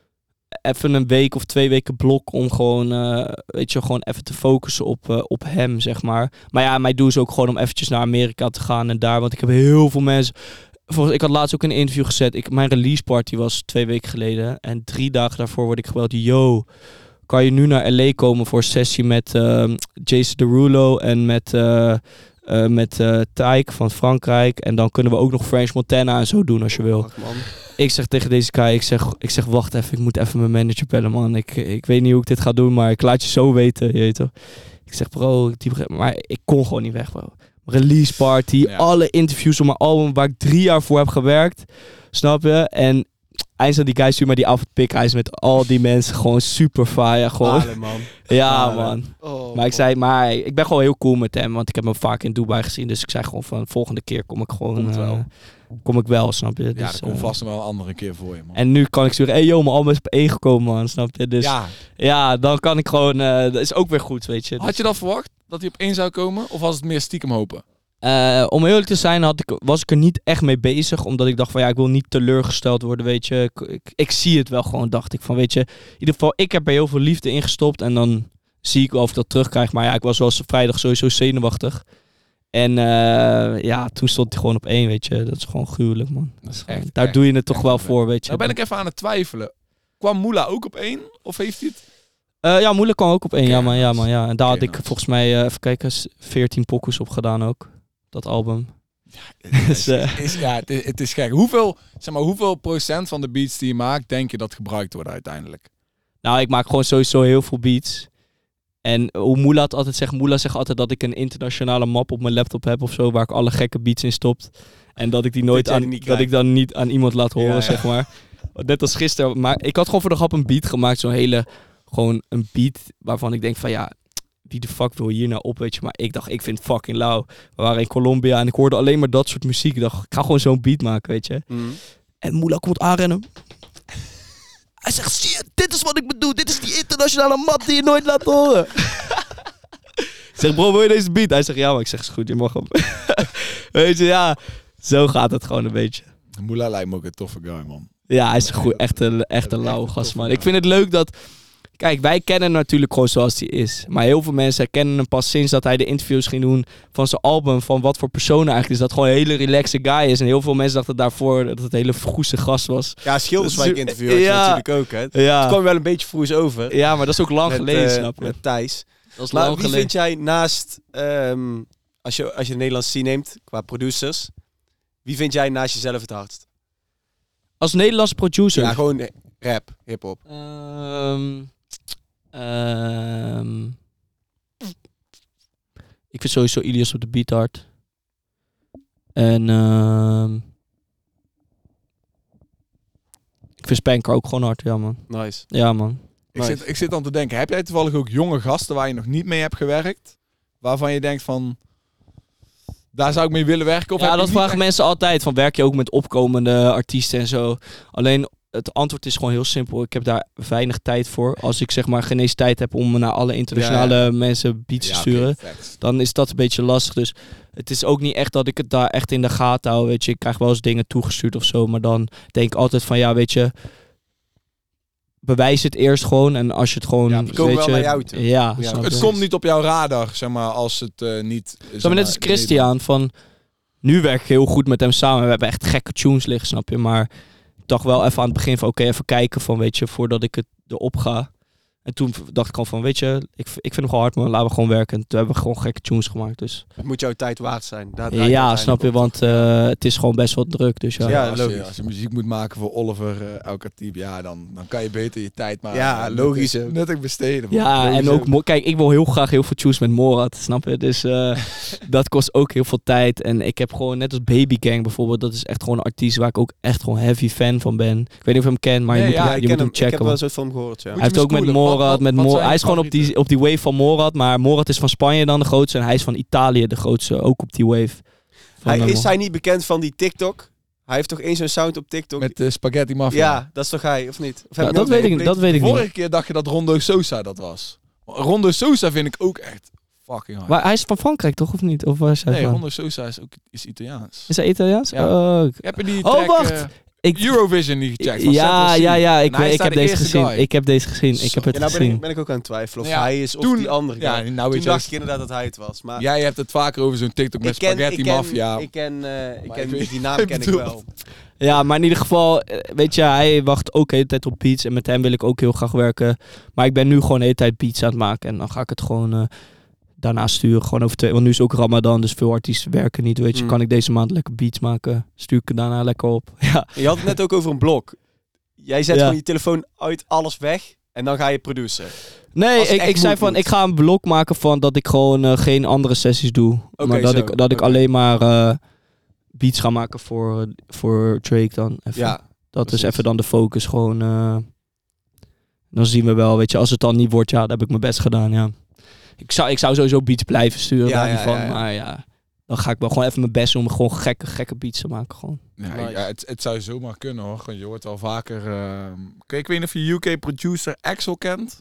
Even een week of twee weken blok om gewoon, uh, weet je, gewoon even te focussen op, uh, op hem, zeg maar. Maar ja, mijn doel is ook gewoon om eventjes naar Amerika te gaan en daar, want ik heb heel veel mensen... Volgens, ik had laatst ook een interview gezet. Ik, mijn release party was twee weken geleden en drie dagen daarvoor word ik gebeld. Yo, kan je nu naar L A komen voor een sessie met uh, Jason Derulo en met... Uh, Uh, met uh, Tyke van Frankrijk. En dan kunnen we ook nog French Montana en zo doen als je wil. Ach, man. Ik zeg tegen deze guy, ik zeg, ik zeg wacht even, ik moet even mijn manager bellen, man. Ik, ik weet niet hoe ik dit ga doen, maar ik laat je zo weten, je weet toch. Ik zeg, bro, die, maar ik kon gewoon niet weg, bro. Release party, Ja. alle interviews op mijn album waar ik drie jaar voor heb gewerkt. Snap je? En eindelijk die guy stuurt mij die avondpik. Hij is met al die mensen gewoon super fire. Gewoon. Balen, man. Ja, Balen. man. Oh, Maar ik man. zei, maar ik ben gewoon heel cool met hem, want ik heb hem vaak in Dubai gezien. Dus ik zei gewoon van, volgende keer kom ik gewoon, Komt wel. uh, kom ik wel, snap je? Ja, Dus, dat komt uh, vast nog wel een andere keer voor je, man. En nu kan ik zeggen, hey yo, mijn album is op één gekomen, man, snap je? Dus ja, ja, dan kan ik gewoon, uh, dat is ook weer goed, weet je. had je dat verwacht? Dat hij op één zou komen? Of was het meer stiekem hopen? Uh, om eerlijk te zijn had ik, was ik er niet echt mee bezig. Omdat ik dacht van ja, ik wil niet teleurgesteld worden, weet je. Ik, ik, ik zie het wel gewoon, dacht ik van weet je. In ieder geval, ik heb er heel veel liefde in gestopt. En dan zie ik wel of ik dat terugkrijg. Maar ja, ik was wel vrijdag sowieso zenuwachtig. En uh, ja, toen stond hij gewoon op één, weet je. Dat is gewoon gruwelijk, man. Dat is Gewoon- echt, Daar echt, doe je het toch echt wel vet. voor, weet je. Nou ben ik even aan het twijfelen. Kwam Moela ook op één? Of heeft hij het? Uh, ja, moeilijk kwam ook op één. Oké, ja, man, ja, nice. man, ja. En daar Oké, had ik nice. volgens mij, uh, even kijken, veertien pokoes op gedaan ook. Dat album. Dus, uh, is, ja, het is, het is gek. Hoeveel, zeg maar, hoeveel procent van de beats die je maakt, denk je dat gebruikt worden uiteindelijk? Nou, ik maak gewoon sowieso heel veel beats. En hoe Moela het altijd zegt, Moela zegt altijd dat ik een internationale map op mijn laptop heb of zo, waar ik alle gekke beats in stop. En dat ik die nooit jij die aan, niet dat krijgt. ik dan niet aan iemand laat horen, Ja, ja. zeg maar. Net als gisteren. Maar ik had gewoon voor de grap een beat gemaakt, zo'n hele, gewoon een beat waarvan ik denk van ja, wie de fuck wil hier nou op, weet je. Maar ik dacht, ik vind het fucking lauw. We waren in Colombia en ik hoorde alleen maar dat soort muziek. Ik dacht, ik ga gewoon zo'n beat maken, weet je. Mm. En Moela komt aanrennen. Hij zegt, zie je, dit is wat ik bedoel. Dit is die internationale map die je nooit laat horen. Ik zeg, bro, wil je deze beat? Hij zegt, ja, maar ik zeg, is goed, je mag hem. Weet je, ja. Zo gaat het gewoon een beetje. Moela lijkt me ook een toffe guy, man. Ja, hij is een goed, echt een, echt een Echt lauwe een gast, toffe man. guy. Ik vind het leuk dat... Kijk, wij kennen hem natuurlijk gewoon zoals hij is. Maar heel veel mensen kennen hem pas sinds dat hij de interviews ging doen van zijn album. Van wat voor persoon eigenlijk is. Dat het gewoon een hele relaxe guy is. En heel veel mensen dachten daarvoor dat het een hele vroese gast was. Ja, Schilderswijk interview had je Ja. natuurlijk ook, hè. Ja. Het kwam wel een beetje vroes over. Ja, maar dat is ook lang met, geleden, eh, snap je? Met Thijs. Dat is Maar lang wie geleden. vind jij naast, ehm, als, je, als je de Nederlandse scene neemt, qua producers, wie vind jij naast jezelf het hardst? Als Nederlandse producer? Ja, gewoon rap, hip-hop. Ehm, ehm, ik vind sowieso Ilias op de beat hard. En ehm, ik vind Spanker ook gewoon hard, ja man. Nice. Ja man. Ik, Nice. zit, ik zit dan te denken, heb jij toevallig ook jonge gasten waar je nog niet mee hebt gewerkt? Waarvan je denkt van, daar zou ik mee willen werken? Of Ja, heb je dat niet vragen echt- mensen altijd. Van werk je ook met opkomende artiesten en zo? Alleen het antwoord is gewoon heel simpel. Ik heb daar weinig tijd voor. Als ik zeg maar geen eens tijd heb om naar alle internationale Ja, mensen beats te Ja, sturen, oké, vet. dan is dat een beetje lastig. Dus het is ook niet echt dat ik het daar echt in de gaten hou. Weet je, ik krijg wel eens dingen toegestuurd of zo. Maar dan denk ik altijd van ja, weet je, bewijs het eerst gewoon. En als je het gewoon, Ja, ja, die komen weet wel je, naar jou toe. Ja, Ja, snap Het je? komt niet op jouw radar, zeg maar, als het eh, niet... zeg Zo, maar net als Christian, van nu werk ik heel goed met hem samen. We hebben echt gekke tunes liggen, snap je? Maar ik dacht wel even aan het begin van, oké, even kijken van, weet je, voordat ik het erop ga. En toen dacht ik gewoon van, weet je, ik, ik vind hem gewoon hard, maar laten we gewoon werken. En toen hebben we gewoon gekke tunes gemaakt, dus. Het moet jouw tijd waard zijn. Daar draait het Ja, uiteindelijk snap je, om. want eh, het is gewoon best wel druk, dus ja. Ja, als, je, logisch. als je muziek moet maken voor Oliver uh, El Khatib, ja, dan, dan kan je beter je tijd maar Ja, eh, logisch nuttig, ook. nuttig besteden. man. Ja, en Logisch ook, mo- kijk, ik wil heel graag heel veel tunes met Morat, snap je? Dus eh, dat kost ook heel veel tijd. En ik heb gewoon, net als Baby Gang bijvoorbeeld, dat is echt gewoon een artiest waar ik ook echt gewoon heavy fan van ben. Ik weet niet of je hem kent, maar je Nee, moet, ja, hem, ik je ken moet hem hem, ik heb checken. wel man. eens wat van hem gehoord, ja. Moet Hij heeft je ook met schoolen. Wat- Morat, wat- met wat Mo- zijn hij is gewoon op die, favorieten? op die wave van Morat, maar Morat is van Spanje dan de grootste en hij is van Italië de grootste, ook op die wave. Van, Hij, eh, is hij niet bekend van die TikTok? Hij heeft toch één zo'n sound op TikTok? Met de Spaghetti Mafia. Ja, dat is toch hij, of niet? Of heb Ja, ik dat, nou weet ik, een dat weet ik Vorige niet. keer dacht je dat Rondo Sosa dat was. Rondo Sosa vind ik ook echt fucking hard. Maar hij is van Frankrijk toch, of niet? Of waar is hij nee, van? Rondo Sosa is ook is Italiaans. Is hij Italiaans? Ja. Oh, ik- Heb je die Oh, track, wacht. eh, ik, Eurovision niet gecheckt? Van ja, Central C? ja, ja, ik, En hij ik is daar heb de deze eerste gezien. guy. Ik heb deze gezien. Ik heb Zo. het Ja, nou ben ik, gezien. ben ik ook aan het twijfelen of Ja, hij is of toen- die andere. Ja, guy. nou weet Toen je, dacht ik inderdaad dat hij het was. Maar jij hebt het vaker over zo'n TikTok met ik ken, Spaghetti ik ken, Mafia. Ik ken, eh, ik Maar ken ik weet- die naam ik ken ik bedoel- wel. Ja, maar in ieder geval, eh, weet je, hij wacht ook de hele tijd op beats. En met hem wil ik ook heel graag werken. Maar ik ben nu gewoon de hele tijd beats aan het maken. En dan ga ik het gewoon eh, daarna sturen. Gewoon over twee, want nu is ook Ramadan, dus veel artiesten werken niet. Weet je, Mm. kan ik deze maand lekker beats maken. Stuur ik het daarna lekker op. Ja, Je had het net ook over een blok. Jij zet Ja. gewoon je telefoon uit alles weg en dan ga je produceren. nee, Als het ik, echt ik zei moet, van, moet. ik ga een blok maken van dat ik gewoon eh, geen andere sessies doe. maar dat zo. ik, dat ik Oké. alleen maar eh, beats ga maken voor, voor Drake dan. Even. Ja, dat precies. is even dan de focus gewoon. eh, dan zien we wel, weet je, als het dan niet wordt, ja, dan heb ik mijn best gedaan, ja. Ik zou, ik zou sowieso beats blijven sturen, Ja, daar ja, niet van, ja, ja. maar ja, dan ga ik wel gewoon even mijn best doen om gewoon gekke, gekke beats te maken, gewoon. Ja, Nice. ja, het, het zou zomaar kunnen hoor. Want je hoort wel vaker. ehm, Kijk, ik weet niet of je U K producer Axel kent.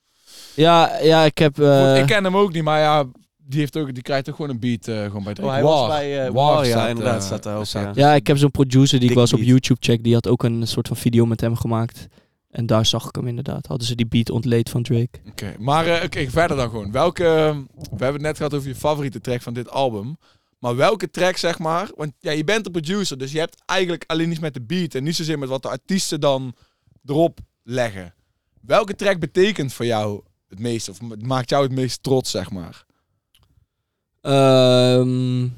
Ja, ja, ik heb... eh, Want ik ken hem ook niet, maar ja, die, heeft ook, die krijgt ook gewoon een beat eh, gewoon bij Drake. Oh, hij War. was bij, eh, War War, ja, staat, inderdaad, eh, staat daar ook, staat- ja, ik heb zo'n producer die ik Dikke wel eens op beat. YouTube check, die had ook een soort van video met hem gemaakt. En daar zag ik hem inderdaad. Hadden ze die beat ontleed van Drake. Oké, maar eh, oké, verder dan gewoon. Welke, we hebben het net gehad over je favoriete track van dit album. Maar welke track, zeg maar, want ja, je bent de producer, dus je hebt eigenlijk alleen iets met de beat en niet zozeer met wat de artiesten dan erop leggen. Welke track betekent voor jou het meest, of maakt jou het meest trots, zeg maar? Ehm,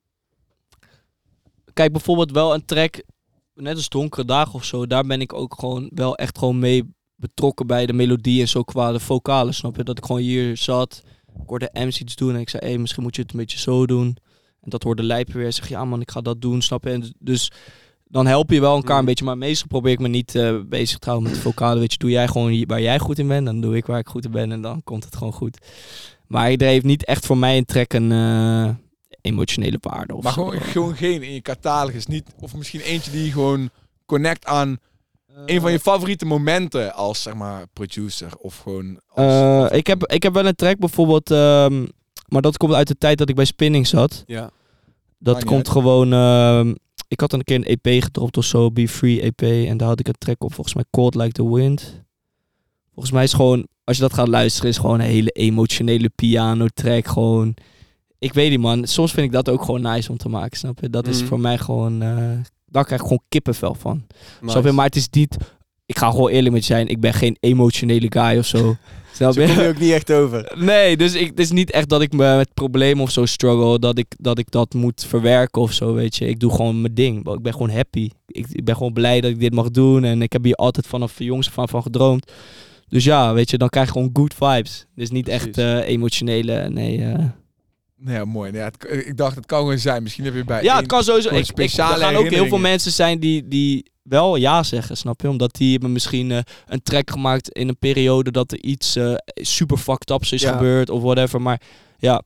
kijk, bijvoorbeeld wel een track, net als Donkere Dagen of zo, daar ben ik ook gewoon wel echt gewoon mee betrokken bij de melodie en zo qua de vocalen, snap je? Dat ik gewoon hier zat, ik hoorde Ems iets doen en ik zei, hé, hey, misschien moet je het een beetje zo doen. En dat hoorde Lijpen weer, zeg ja man, ik ga dat doen, snap je? En dus dan help je wel elkaar een Mm. beetje, maar meestal probeer ik me niet eh, bezig te houden met de vocalen. Weet je, doe jij gewoon waar jij goed in bent, dan doe ik waar ik goed in ben en dan komt het gewoon goed. Maar er heeft niet echt voor mij een track een eh, emotionele waarde of Maar zo. gewoon, gewoon geen in je catalogus, niet, of misschien eentje die gewoon connect aan een van je favoriete momenten als, zeg maar, producer of gewoon als... Eh, of- ik, heb, ik heb wel een track bijvoorbeeld, ehm, maar dat komt uit de tijd dat ik bij Spinning zat. Ja. Dat Maakt niet komt uit. gewoon... ehm, ik had een keer een E P gedropt of zo, Be Free E P. En daar had ik een track op, volgens mij Cold Like the Wind. Volgens mij is gewoon als je dat gaat luisteren, is gewoon een hele emotionele piano track. Gewoon, ik weet niet man, soms vind ik dat ook gewoon nice om te maken, snap je? Dat is Mm. voor mij gewoon, uh, daar krijg ik gewoon kippenvel van. Nice. Snap je? Maar het is niet, ik ga gewoon eerlijk met je zijn, ik ben geen emotionele guy of zo. Snap Zo kom je je? ook niet echt over. Nee, dus ik, het is niet echt dat ik me met problemen of zo struggle, dat ik, dat ik dat moet verwerken of zo, weet je. Ik doe gewoon mijn ding. Ik ben gewoon happy. Ik, ik ben gewoon blij dat ik dit mag doen en ik heb hier altijd vanaf jongs af aan van gedroomd. Dus ja, weet je, dan krijg je gewoon good vibes. Dus niet echt Precies. uh, emotionele, nee. Uh... Nou ja, mooi. Nou ja, het, ik dacht, het kan gewoon zijn. Misschien heb je bij Ja, één- het kan sowieso. gewoon Ik, ik, speciale er gaan ook heel veel herinneringen. mensen zijn die, die wel ja zeggen, snap je? Omdat die hebben misschien uh, een track gemaakt in een periode dat er iets uh, super fucked ups is Ja. gebeurd of whatever. Maar ja,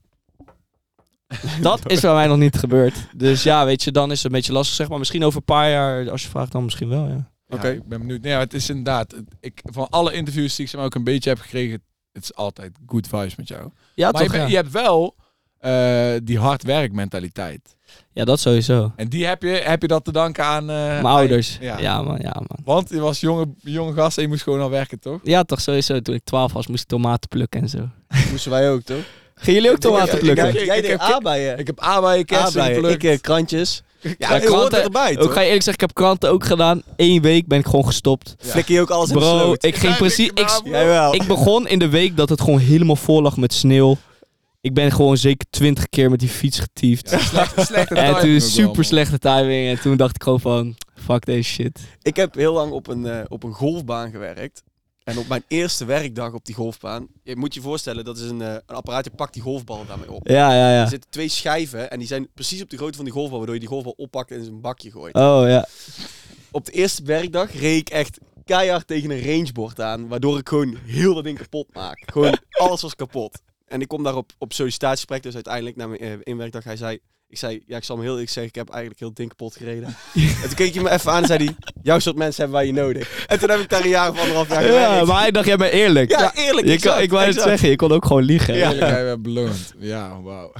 dat is bij mij nog niet gebeurd. Dus ja, weet je, dan is het een beetje lastig zeg. Maar misschien over een paar jaar, als je vraagt, dan misschien wel, ja. Ja, Oké. ik ben benieuwd. Nee, ja, het is inderdaad... het- Ik, van alle interviews die ik zeg maar ook een beetje heb gekregen... Het is altijd good vibes met jou. Ja, maar je, toch? ben- Ja. je hebt wel uh, die hard werk mentaliteit. ja, dat sowieso. En die heb je, heb je dat te danken aan... Uh, Mijn ouders. Ja. Ja. ja, man, ja, man. Want je was jonge, jonge gast en je moest gewoon al werken, toch? Ja, toch sowieso. Toen ik twaalf was, moest ik tomaten plukken en zo. Moesten wij ook, toch? Gaan jullie ook tomaten ik- plukken? ik- Jij, jij ik deed heb- aardbeien. Ik heb aardbeien, kersen Aardbeien. geplukt. Ik eh, krantjes. Ja, Ja, je hoort kranten- erbij, Ook toch? ga je eerlijk zeggen, ik heb kranten ook gedaan. Eén week ben ik gewoon gestopt. Ja. Flikker je ook alles in de Bro, sloot? ik ging Ja, precies... ik- Ik, Jawel. ik begon in de week dat het gewoon helemaal vol lag met sneeuw. Ik ben gewoon zeker twintig keer met die fiets getiefd. Ja, slechte, slechte En timing toen ook wel, super man. slechte timing. En toen dacht ik gewoon van, fuck deze shit. Ik heb heel lang op een, uh, op een golfbaan gewerkt. En op mijn eerste werkdag op die golfbaan... Je moet je voorstellen, dat is een, uh, een apparaat, je pakt die golfbal daarmee op. Ja, ja, Er ja. zitten twee schijven en die zijn precies op de grootte van die golfbal... waardoor je die golfbal oppakt en in zijn bakje gooit. Oh, ja. Op de eerste werkdag reed ik echt keihard tegen een rangeboard aan... waardoor ik gewoon heel dat ding kapot maak. Gewoon alles was kapot. En ik kom daar op, op sollicitatiegesprek, dus uiteindelijk na mijn uh, inwerkdag. Hij zei, ik zei, ja, ik zal hem heel eerlijk zeggen, ik heb eigenlijk heel het ding kapot gereden. En toen keek hij me even aan en zei hij, jouw soort mensen hebben wij je nodig. En toen heb ik daar een jaar of anderhalf jaar Ja, gewerkt. maar hij dacht, jij bent eerlijk. Ja, eerlijk. Je exact, kan, ik wou het exact. zeggen, je kon ook gewoon liegen. Ja. Eerlijkheid werd beloond. Ja, wauw.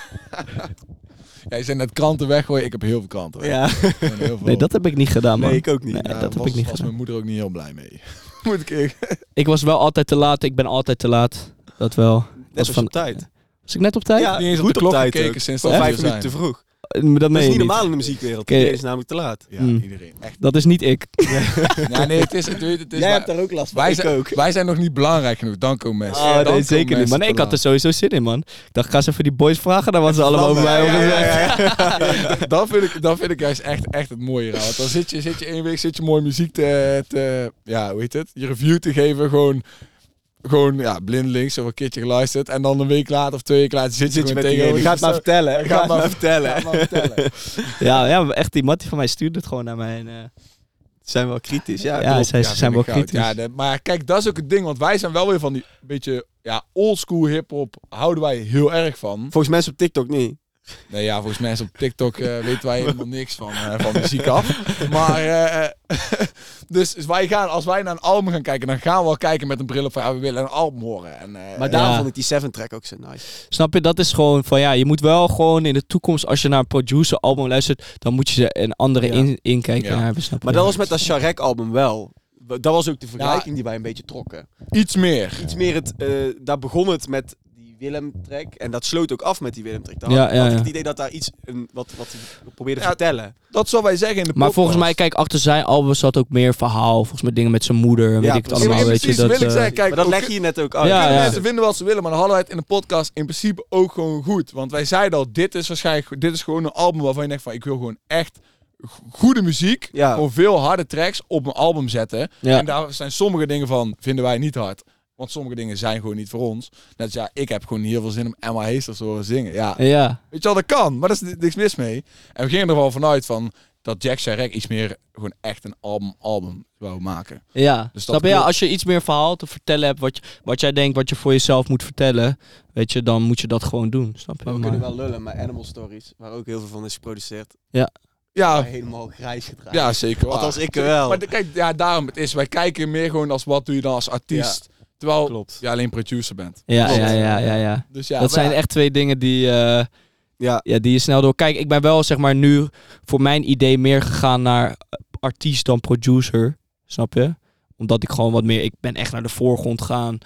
Ja, je zei net kranten weggooien. Ik heb heel veel kranten weg. Ja. Gewoon heel veel. Nee, dat heb ik niet gedaan, man. Nee, ik ook niet. Nee, Ja, dat heb was, ik niet was gedaan. mijn moeder ook niet heel blij mee. Moet ik eerlijk- Ik was wel altijd te laat. Ik ben altijd te laat. Dat wel. Net Was als van- op tijd. Was ik net op tijd? Ja, Niet eens op goed de klok tijd gekeken ook. sinds Gewoon dat vijf we minuten zijn. te vroeg. Eh, maar dat Dat meen is je niet niet. normaal in de muziekwereld. Oké. Iedereen is namelijk te laat. Ja, Mm. iedereen. Echt. Dat is niet ik. Ja, nee, het is... Het, weet, het is Jij wij- hebt daar ook last van. wij, Ik zijn, ook. wij zijn nog niet belangrijk genoeg. Dan komen mensen. Oh, Dan nee, komen zeker niet. mensen Maar nee, ik te had er sowieso zin in, man. Ik dacht, ga eens even die boys vragen. Dan was ze allemaal over mij Ja, ja, over ja, gezegd. dan, vind ik, dan vind ik juist echt, echt het mooie eraan. Want dan zit je, zit je één week zit je mooie muziek te, te... Ja, hoe heet het? Je review te geven. Gewoon... Gewoon, ja, blindelings. Of een keertje geluisterd. En dan een week later of twee weken later zit je, Zit je gewoon met tegenover. die... Ga het maar vertellen. Ga het maar vertellen. Ga het maar vertellen. Ja, ja, echt, die mattie van mij stuurde het gewoon naar mij. En, uh, Zijn wel kritisch, ja. ja, klopt. zij, ze zijn wel vind ik goud. kritisch. Ja, de- maar kijk, dat is ook het ding. Want wij zijn wel weer van die beetje ja, oldschool hip-hop. Houden wij heel erg van. Volgens mensen op TikTok niet. Nee, ja, volgens mensen op TikTok uh, weten wij helemaal niks van, uh, van muziek af. Maar, uh, dus, dus wij gaan, als wij naar een album gaan kijken, dan gaan we wel kijken met een bril op van, ja, we willen een album horen. En, uh, Maar daarom Ja. vond ik die Seven track ook zo nice. Snap je, dat is gewoon van ja, je moet wel gewoon in de toekomst, als je naar een producer album luistert, dan moet je ze een andere Ja. in, inkijk Ja. naar hebben, snap je? Maar dat was met dat Sharek album wel. Dat was ook de vergelijking die wij een beetje trokken. iets meer. Iets meer het, uh, daar begon het met die Willem-track. En dat sloot ook af met die Willem-track. Daar Ja, had, ja, had ik ja. het idee dat daar iets, een, wat, wat hij probeerde Ja, te vertellen. Dat zal wij zeggen in de Maar podcast. volgens mij, kijk, achter zijn album zat ook meer verhaal. Volgens mij dingen met zijn moeder, en weet Ja, ik het precies. allemaal, Ja, weet je. precies, Dat, wil ik eh, zeggen. Kijk, maar dat ook- leg je net ook uit. Ja, kunnen ja. mensen vinden wat ze willen, maar dan hadden wij het in de podcast in principe ook gewoon goed. Want wij zeiden al, dit is waarschijnlijk, dit is gewoon een album waarvan je denkt van, ik wil gewoon echt go- goede muziek, Ja. gewoon veel harde tracks op mijn album zetten. Ja. En daar zijn sommige dingen van, vinden wij niet hard. Want sommige dingen zijn gewoon niet voor ons. Net als ja, ik heb gewoon heel veel zin om Emma Heesters te horen zingen. Ja, ja. weet je wel, dat kan, maar dat is niks mis mee. En we gingen er wel vanuit van dat Jack Sharek iets meer gewoon echt een album album wou maken. Ja, Dus dat snap je? Ja, klopt. als je iets meer verhaal te vertellen hebt, wat, je, wat jij denkt, wat je voor jezelf moet vertellen, weet je, dan moet je dat gewoon doen, snap je? Maar we Maar- kunnen wel lullen, maar Animal Stories, waar ook heel veel van is geproduceerd, Ja, maar helemaal grijs gedraaid. ja zeker waar. Althans, ik wel. Maar de- kijk, ja, daarom het is, wij kijken meer gewoon als wat doe je dan als artiest. Terwijl Klopt. je alleen producer bent. Ja, Klopt. ja, ja, ja, ja. Dus ja, dat maar zijn ja, echt twee dingen die, eh, Ja, ja, die je snel door... Kijk, ik ben wel, zeg maar, nu voor mijn idee meer gegaan naar artiest dan producer, snap je? Omdat ik gewoon wat meer... Ik ben echt naar de voorgrond gaan.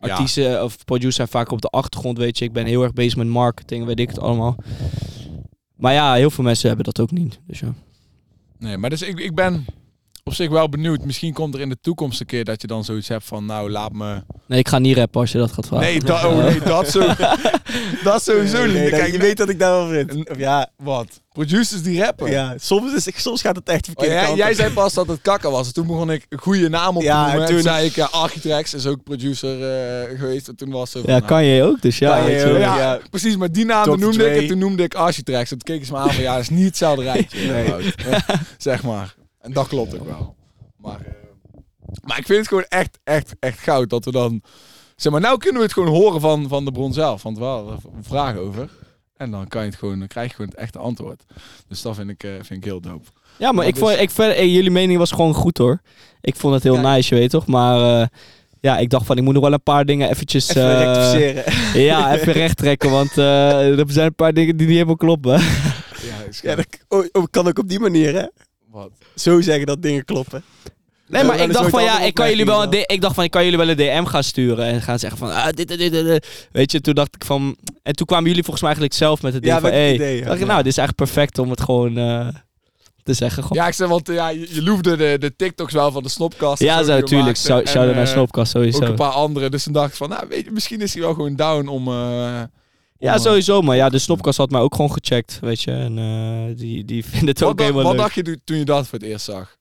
artiesten of producers zijn vaak op de achtergrond, weet je. Ik ben heel erg bezig met marketing, weet ik het allemaal. Maar ja, heel veel mensen hebben dat ook niet. Dus ja. Nee, maar dus ik, ik ben op zich wel benieuwd. Misschien komt er in de toekomst een keer dat je dan zoiets hebt van, nou, laat me... Nee, ik ga niet rappen als je dat gaat vragen. Nee, dat, oh, nee, dat, zo, dat sowieso Nee, niet. nee, Kijk, je weet dat ik daar wel vind. Of ja, wat? Producers die rappen? ja soms, is, soms gaat het echt Oh, verkeerd. jij, jij zei pas dat het kakken was. En toen begon ik een goede naam op te Ja, noemen. en En toen toen- zei ik, ja, Architrax is ook producer uh, geweest. En toen was het zo Ja, van, kan je ook, dus ja. Kan weet je je. ook. ja, Ja. precies. Maar die naam dokter noemde ik Dre. en toen noemde ik Architrax. En toen keken ze me aan van, ja, dat is niet hetzelfde rijtje. Nee. inderdaad. Ja, zeg maar. En dat klopt ook wel. Maar, uh, maar ik vind het gewoon echt, echt, echt goud dat we dan... Zeg maar, nou kunnen we het gewoon horen van, van de bron zelf. Want we hadden er vragen over. En dan kan je het gewoon, dan krijg je gewoon het echte antwoord. Dus dat vind ik, uh, vind ik heel dope. Ja, maar Maar ik dus- vond, ik vind, eh, jullie mening was gewoon goed hoor. Ik vond het heel Ja. nice, je weet toch. Maar uh, ja, ik dacht van, ik moet nog wel een paar dingen eventjes... Even uh, rectificeren. Ja, even recht trekken, want uh, er zijn een paar dingen die niet helemaal kloppen. Ja, is Ja, dat oh, oh, kan ook op die manier, hè? Wat? Zo zeggen dat dingen kloppen. Nee, Ja, maar wel ik eens dacht ooit van ja, andere ik kan jullie wel een opmerkingen D- ik dacht van ik kan jullie wel een D M gaan sturen en gaan zeggen van ah, dit, dit, dit, dit. Weet je, toen dacht ik van en toen kwamen jullie volgens mij eigenlijk zelf met het ding Ja, van met het hey, idee, ja. dacht ik, nou, dit is eigenlijk perfect om het gewoon uh, te zeggen. Gewoon. Ja, ik zeg, want uh, ja, je, je loefde de, de TikToks wel van de Snopkast. Ja, en zo, die we natuurlijk. maakten. Zou En, shout eh, naar Snopkast Ook sowieso. een paar andere. Dus toen dacht ik van, nou, weet je, misschien is hij wel gewoon down om... Uh, Ja, om, sowieso. Maar ja, de Snopkast had mij ook gewoon gecheckt, weet je. En uh, die, die vinden het Wat, ook dacht- helemaal wat leuk. dacht je toen- toen je dat voor het eerst zag?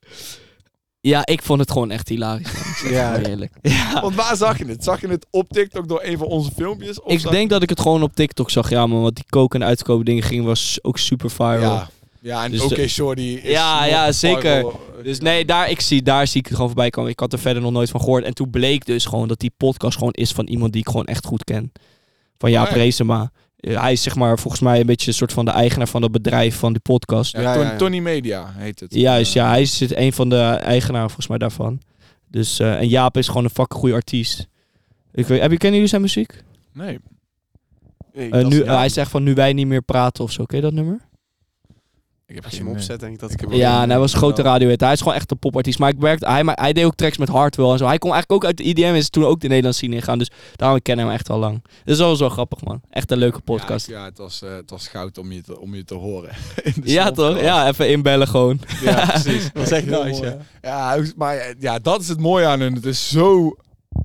Ja, ik vond het gewoon echt hilarisch. Man. Ik zeg Ja. het maar eerlijk. Ja. Want waar zag je het? Zag je het op TikTok door een van onze filmpjes? Of Ik zag- denk dat ik het gewoon op TikTok zag, ja man. Want die koken en uitkopen dingen gingen was ook super viral. Ja, ja en Dus oké, de- Shorty is Ja, nog ja, zeker. viral. Dus nee, daar, ik zie, daar zie ik het gewoon voorbij komen. Ik had er verder nog nooit van gehoord. En toen bleek dus gewoon dat die podcast gewoon is van iemand die ik gewoon echt goed ken. Van Jaap Oh, ja. Reesema. Uh, hij is zeg maar volgens mij een beetje een soort van de eigenaar van dat bedrijf van die podcast. Ja, Ja, Ton- ja, ja. Tony Media heet het. Juist, Eh, ja. Hij is het- een van de eigenaren volgens mij daarvan. Dus, uh, en Jaap is gewoon een fucking goede artiest. Ik weet, heb je, kennen jullie zijn muziek? Nee. Nee, Uh, dat nu, is- uh, ja, hij zegt van nu wij niet meer praten of zo. Ken je dat nummer? Ik heb Als je geen hem idee. opzet, denk ik dat ik hem... Ja, en hij was een grote radiohit. Hij is gewoon echt een popartiest. Maar ik werkte, hij, maar hij deed ook tracks met Hardwell en zo. Hij komt eigenlijk ook uit de I D M, is toen ook de Nederlandse scene ingegaan. Dus daarom ken ik hem echt al lang. Dat is wel zo grappig, man. Echt een leuke podcast. Ja, ik- ja het, was, uh, het was goud om je te, om je te horen. In de Ja, Snopkast. toch? Ja, even inbellen gewoon. Ja, precies. Dat was echt Heel nice, mooi. ja. Ja, maar ja, dat is het mooie aan hun. Het is zo,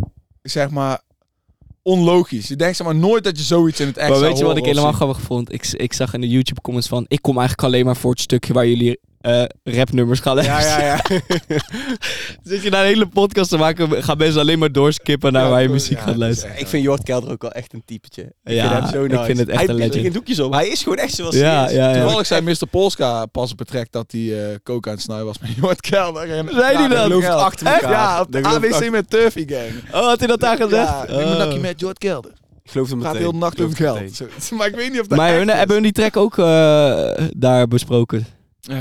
zeg maar, onlogisch. Je denkt zeg maar nooit dat je zoiets in het echt Maar zou weet je wat ik horen of helemaal zien. grappig vond? Ik, ik zag in de YouTube comments van... Ik kom eigenlijk alleen maar voor het stukje waar jullie uh, rapnummers gaan Ja, luisteren. ja, ja. Zit je naar een hele podcast te maken, gaan mensen alleen maar doorskippen naar Ja, waar je toch, muziek ja, gaat dat is luisteren. echt, Ik vind Jort Kelder ook wel echt een typetje. Ik Ja, vind hem zo ik nice. vind het echt hij een doet er legend. geen doekjes om. Hij is gewoon echt zoals Ja, hij is. ja, ja. Toevallig zei mister Polska pas op het trek dat hij uh, coke aan het snuiven was met Jort Kelder. En, Zei die ja, dat? geloof ik Echt? achter Echt? elkaar. Ja, op Dat A geloof ik B C met Turfy Gang. Oh, had hij dat daar gezegd? Ja, neem Oh. een nakje met Jort Kelder. Ik geloof hem Gaat meteen. heel de nacht Ik over geloof geld. hem meteen. Zo- Maar ik weet niet of dat Maar echt hun, is. hebben hun die track ook uh, daar besproken? Uh,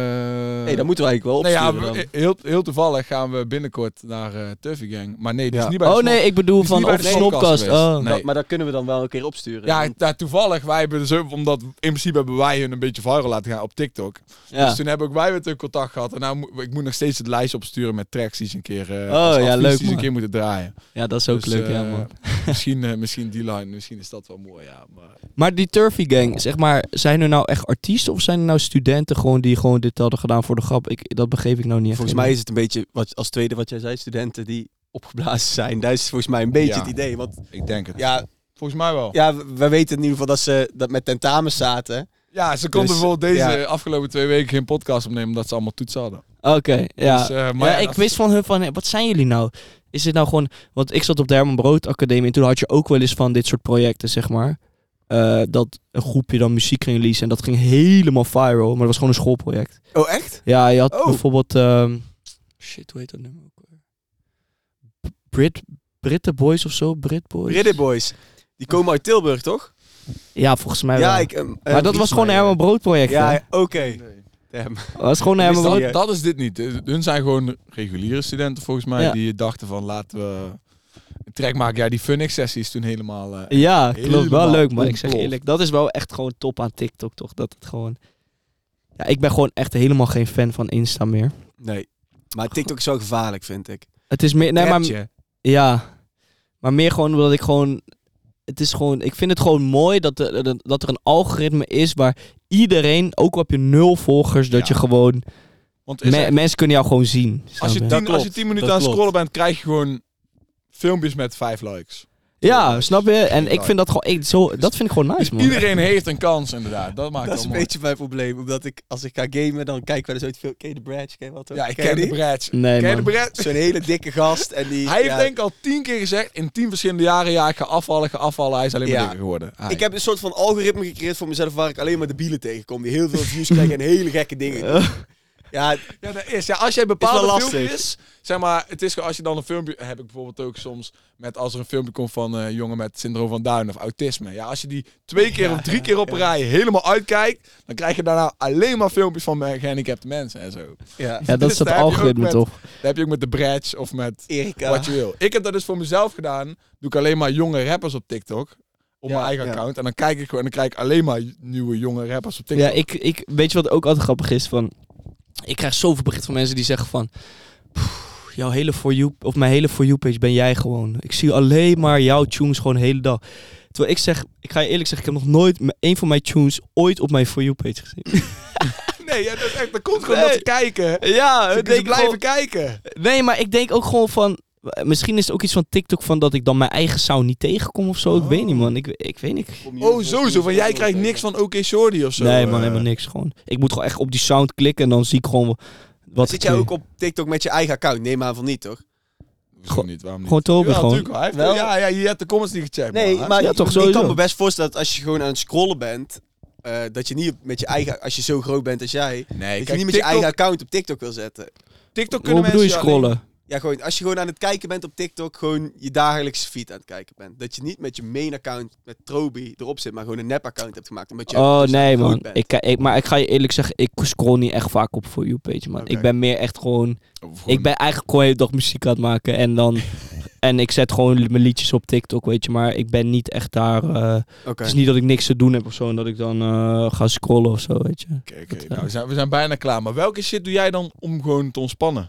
Hey, dat moeten we eigenlijk wel nou ja, opsturen we- dan. heel, heel toevallig gaan we binnenkort naar uh, Turfy Gang. Maar nee, die Ja. is niet bij Oh de nee, Snop- ik bedoel is van niet bij op de Snopkast. Snopkast geweest. Oh. Nee. Dat- maar dat kunnen we dan wel een keer opsturen. Ja, Dan- ja, toevallig. Wij hebben dus ook, omdat in principe hebben wij hun een beetje viral laten gaan op TikTok. Ja. Dus toen hebben ook wij weer terug contact gehad. En nou, moet- ik moet nog steeds het lijstje opsturen met tracks die ze een keer, uh, Oh, als ja, advies leuk, die ze een man. keer moeten draaien. ja, dat is ook Dus, leuk, ja uh, man. misschien, uh, misschien die line, misschien is dat wel mooi, ja. Maar... Maar die Turfy Gang, zeg maar, zijn er nou echt artiesten of zijn er nou studenten gewoon die gewoon dit hadden gedaan voor de grap? Ik, dat begreep ik nou niet echt. Volgens mij is het een beetje, wat, als tweede wat jij zei, studenten die opgeblazen zijn. Dat is volgens mij een beetje Ja. het idee. Want Ik denk het. ja, Volgens mij wel. ja, we we weten in ieder geval dat ze dat met tentamens zaten. Ja, ze konden Dus, bijvoorbeeld deze ja. afgelopen twee weken geen podcast opnemen omdat ze allemaal toetsen hadden. Oké, ja. Dus, uh, maar ja, ja, ik dat- wist van hun van, hé, wat zijn jullie nou? Is dit nou gewoon, want ik zat op de Herman Brood Academie en toen had je ook wel eens van dit soort projecten, zeg maar. Uh, dat een groepje dan muziek ging releasen en dat ging helemaal viral, maar dat was gewoon een schoolproject. Oh, echt? Ja, je had Oh. bijvoorbeeld, um, shit, hoe heet dat nummer ook weer? Brit, Britte Boys of zo, Brit Boys? Ridder Boys. Die komen uit Tilburg, toch? Ja, volgens mij Ja, wel. ik... um, maar dat was gewoon een Herman Brood project, hè? Ja, oké. Nee. Damn. Dat was gewoon een Dus Herman dat, Brood. dat is dit niet. Eh, Hun zijn gewoon reguliere studenten volgens mij Ja. die dachten van laten we een track maken. Ja, die Funix sessie is toen helemaal... eh, Ja, klopt. Wel helemaal leuk, maar ik zeg ontploft. eerlijk, dat is wel echt gewoon top aan TikTok, toch? Dat het gewoon... Ja, ik ben gewoon echt helemaal geen fan van Insta meer. Nee. Maar TikTok is wel gevaarlijk, vind ik. Het is meer... Nee, maar... Trapje. Ja. Maar meer gewoon omdat ik gewoon... Het is gewoon... Ik vind het gewoon mooi dat, de, dat er een algoritme is waar iedereen, ook al heb je nul volgers, dat Ja. je gewoon... Want is Me- er- mensen kunnen jou gewoon zien. als, je snap tien, klopt. als je tien minuten Dat aan het klopt. scrollen bent, krijg je gewoon filmpjes met vijf likes. Ja, snap je? En ik likes. vind dat gewoon... Ik, zo, dat vind ik gewoon nice, Dus man. iedereen heeft een kans, inderdaad. Dat maakt Dat het is een wel mooi. beetje mijn probleem. Omdat ik, als ik ga gamen, dan kijk ik wel eens uit veel... Ken je de Bradge? Ken je wat? Ja, ik je ken de die? Bradge. Nee, Ken je de man. Bradge? Zo'n hele dikke gast. En die, Hij heeft ja, denk ik al tien keer gezegd, in tien verschillende jaren, ja, ik ga afvallen, ik ga afvallen. Hij is alleen maar Ja. dikker geworden. Hij. Ik heb een soort van algoritme gecreëerd voor mezelf waar ik alleen maar debielen tegenkom. Die heel veel views krijgen en hele gekke dingen doen. Ja, Ja, dat is. Ja, als jij bepaalde Is wel lastig. filmpjes, zeg maar, het is gewoon als je dan een filmpje, heb ik bijvoorbeeld ook soms met als er een filmpje komt van een jongen met syndroom van Down of autisme. Ja, als je die twee keer of drie keer op een rij helemaal uitkijkt, dan krijg je daarna alleen maar filmpjes van eh, gehandicapte mensen en zo. ja. Ja, dat Dus is dat daar heb je ook algoritme met- toch? Dat heb je ook met de Bradge of met Erika. wat je wil. Ik heb dat dus voor mezelf gedaan. Doe ik alleen maar jonge rappers op TikTok. Op Ja, mijn eigen ja. account. En dan kijk ik gewoon en dan krijg ik alleen maar nieuwe jonge rappers op TikTok. Ja, ik, ik, weet je wat ook altijd grappig is? Van, ik krijg zoveel berichten van mensen die zeggen van... "Pff, jouw hele For You, of mijn hele For You page ben jij gewoon. Ik zie alleen maar jouw tunes gewoon de hele dag. Terwijl ik zeg, ik ga je eerlijk zeggen, ik heb nog nooit m- een van mijn tunes ooit op mijn For You page gezien. Nee, ja, dat is echt, dat komt gewoon Nee. dat ze kijken. Ja, Ze, ik ze denk blijven gewoon- kijken. Nee, maar ik denk ook gewoon van... Misschien is het ook iets van TikTok van dat ik dan mijn eigen sound niet tegenkom of zo. Ik Oh. weet niet, man. Ik, ik weet niet. Oh, sowieso. Van jij krijgt niks van Oké Shorty of zo. nee, man, eh. helemaal niks. Gewoon. Ik moet gewoon echt op die sound klikken en dan zie ik gewoon wat Zit ik jij ook op TikTok met je eigen account? Neem aan van niet, toch? Hoezo niet? Waarom niet? Gewoon Toby, Ja, gewoon. natuurlijk wel. Hij heeft- Wel. Ja, ja, je hebt de comments niet gecheckt. Nee, man. maar Ja, je- toch, ik sowieso. kan me best voorstellen dat als je gewoon aan het scrollen bent... eh, dat je niet met je eigen... Als je zo groot bent als jij... Nee, dat je kijk, niet met TikTok, je eigen account op TikTok wil zetten. TikTok kunnen Hoe bedoel je mensen alleen- scrollen? Ja, gewoon als je gewoon aan het kijken bent op TikTok, gewoon je dagelijkse feed aan het kijken bent. Dat je niet met je main account met Trobi erop zit, maar gewoon een nep account hebt gemaakt. Omdat je Oh dus nee, groot man. bent. Ik, ik, maar ik ga je eerlijk zeggen, ik scroll niet echt vaak op For You page, man. Oké. Ik ben meer echt gewoon... Of gewoon- Ik ben eigenlijk gewoon heel dag muziek aan het maken en dan... en ik zet gewoon mijn liedjes op TikTok, weet je. Maar ik ben niet echt daar... eh, Oké. Het is niet dat ik niks te doen heb of zo en dat ik dan eh, ga scrollen of zo, weet je. Oké, oké. Nou, we, zijn, we zijn bijna klaar. Maar welke shit doe jij dan om gewoon te ontspannen?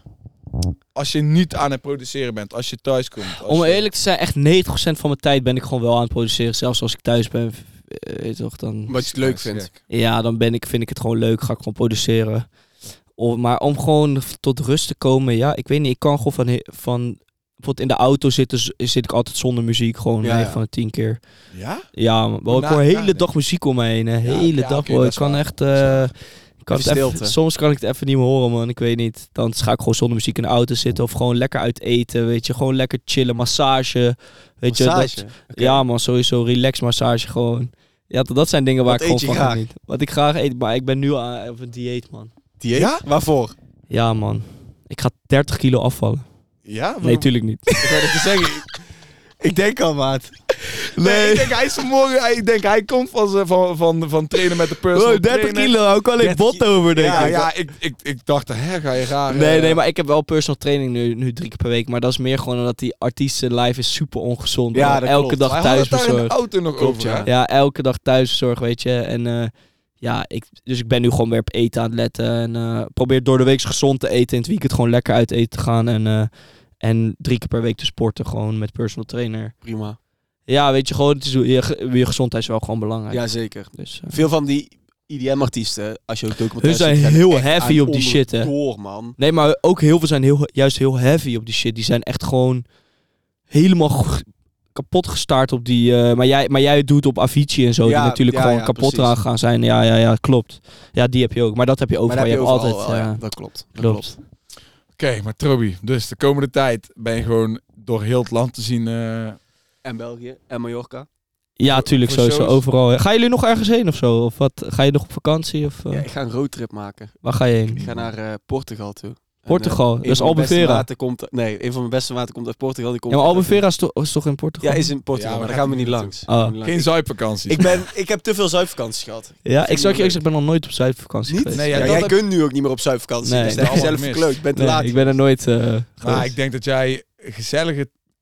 Als je niet aan het produceren bent, als je thuis komt. Als Om je- eerlijk te zijn, echt negentig procent van mijn tijd ben ik gewoon wel aan het produceren. Zelfs als ik thuis ben, eh, weet je toch, dan... Wat je het leuk Ja, is vindt. gek. Ja, dan ben ik, vind ik het gewoon leuk, ga ik gewoon produceren. Of, maar om gewoon tot rust te komen, ja, ik weet niet, ik kan gewoon van... he- van bijvoorbeeld in de auto zitten, z- zit ik altijd zonder muziek, gewoon Ja, negen ja. van de tien keer. Ja? Ja, man, bro, ik Na- hoor de hele nadenken. dag muziek om me heen, hè. Ja, hele ja, dag, oké, bro. dat Ik is kan waar. echt... Dat is eh, waar. ik kan Even het even- stilte. soms kan ik het even niet meer horen, man. Ik weet niet. Dan ga ik gewoon zonder muziek in de auto zitten of gewoon lekker uit eten, weet je. Gewoon lekker chillen, massage, weet je. Massage? Dat, Oké. ja, man, sowieso relax massage gewoon. Ja, dat dat zijn dingen waar Wat ik gewoon eet je van graag? geniet. Wat ik graag eet, maar ik ben nu aan op een dieet, man. Dieet? Ja? Waarvoor? Ja, man. Ik ga dertig kilo afvallen. Ja? Nee, tuurlijk niet. Ik wou het te zeggen. Ik denk al, maat. Nee, ik denk hij is vanmorgen, hij- ik denk hij komt van, z'n- van, van, van trainen met de personal Oh, dertig trainer. kilo, hou ik alleen dertig bot over, denk Ja, ik. ja, ik, ik, ik dacht, hè, ga je raar. Nee, eh, nee, maar ik heb wel personal training nu, nu drie keer per week. Maar dat is meer gewoon omdat die artiestenlife is super ongezond. Ja, bro. dat Elke klopt. dag Wij hadden het daar in de thuisbezorgd. auto nog Klopt, over, ja. hè? Ja, elke dag thuiszorg, weet je. En eh, ja, ik, dus ik ben nu gewoon weer op eten aan het letten. En eh, probeer door de week gezond te eten. In het weekend gewoon lekker uit eten te gaan. En, eh, en drie keer per week te sporten, gewoon met personal trainer. Prima. Ja, weet je, gewoon, het is, je, je gezondheid is wel gewoon belangrijk. Ja, zeker. Dus, eh, Veel van die I D M-artiesten, als je ook Hun documentaires zijn ziet, gaan heel echt heavy aan op die shit, hè. onderdoor, man. Nee, maar ook heel veel zijn heel, juist heel heavy op die shit. Die zijn echt gewoon helemaal g- kapot gestaard op die... eh, maar, jij, maar jij doet op Avicii en zo, Ja, die natuurlijk ja, gewoon ja, kapot precies. eraan gaan zijn. Ja, ja, ja, klopt. Ja, die heb je ook. Maar dat heb je Maar overal. dat Je heb hebt je overal altijd... wel, ja. eh, Dat klopt. Dat klopt. klopt. Oké, maar Trobi, dus de komende tijd ben je gewoon door heel het land te zien. eh, En België. En Mallorca. ja, voor- tuurlijk, voor sowieso. shows? Overal. Gaan jullie nog ergens heen of zo? Of wat? Ga je nog op vakantie? Of, eh, Ja, ik ga een roadtrip maken. waar ga je heen? Ik ga naar eh, Portugal toe. Portugal? En, eh, Dat is een van mijn beste Albufeira. maten Komt, nee, een van mijn beste maten komt uit Portugal. Die komt Ja, maar uit- Albufeira is, to- is toch in Portugal? Ja, is in Portugal, Ja, maar maar daar gaan we gaat niet niet langs. Oh. Gaan we niet geen langs. zuipvakantie. Ik, ben, ik heb te veel zuipvakanties gehad. Ja, ik zou je leuk. ik zeg, ik ben nog nooit op Zuidvakantie Niet? geweest. Nee, ja, Ja, dat jij heb- kunt nu ook niet meer op zuipvakantie. Nee, dus dat dat heb je is zelf allemaal verkleund. Ik ben te Nee, laat. ik ben er nooit eh Maar geweest. ik denk dat jij gezellige,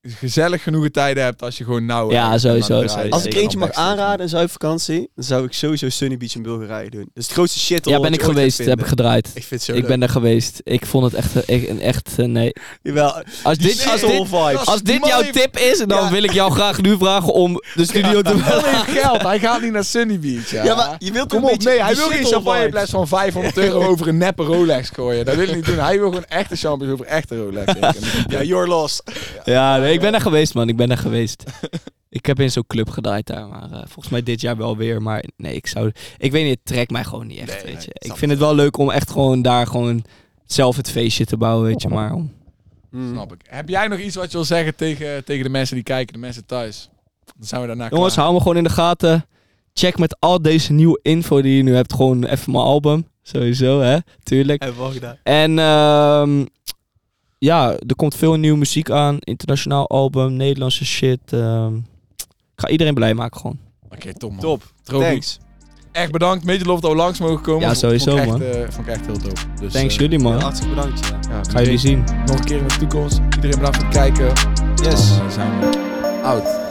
gezellig genoeg tijden hebt als je gewoon nou... Ja, ergens sowieso, aan het sowieso. rijden Als ik bent. eentje mag Dan backstage. aanraden, een zuivervakantie, dan zou ik sowieso Sunny Beach in Bulgarije doen. Dat is het grootste shit. Ja, ben ik geweest. Heb ik gedraaid. Ik vind het zo Ik leuk. ben er geweest. Ik vond het echt... eh, Een echt eh, nee. Jawel, Als die dit, als soul dit, vibes. als dit man jouw heeft- tip is, dan Ja. wil ik jou graag nu vragen om de studio te... Hij heeft geld, hij gaat niet naar Sunny Beach. Ja, Ja, maar je wilt Kom een op, beetje nee, hij die wil geen shithole champagnefles van vijfhonderd euro over een neppe Rolex gooien. Dat wil hij niet doen. Hij wil gewoon echte champagnes over echte Rolex. Ja, you're lost. Ja, nee, ik ben er geweest, man. Ik ben er geweest. Ik heb in zo'n club gedraaid daar, maar uh, volgens mij dit jaar wel weer. Maar nee, ik zou... Ik weet niet, het trekt mij gewoon niet echt, Nee, weet nee, je. ik Ik snap vind het wel leuk om echt gewoon daar gewoon zelf het feestje te bouwen, weet je. Maar om... Mm. Snap ik. Heb jij nog iets wat je wil zeggen tegen, tegen de mensen die kijken, de mensen thuis? Dan zijn we daarna Jongens, klaar. hou me gewoon in de gaten. Check met al deze nieuwe info die je nu hebt gewoon even mijn album. Sowieso, hè. Tuurlijk. Hebben we al gedaan. En ehm, ja, er komt veel nieuwe muziek aan. Internationaal album, Nederlandse shit. ehm. Ik ga iedereen blij maken gewoon. Oké, top man. Top. Trobi, Thanks. echt bedankt. Beetje lof dat we langs mogen komen. Ja, Vond- sowieso, vond ik echt, man. eh, vond ik echt heel dope. Dus, Thanks eh, jullie, man. Ja, hartstikke bedankt. Ja. Ja, Ga jullie zien. Nog een keer in de toekomst. Iedereen bedankt voor het kijken. Yes. Dan, eh, zijn we out.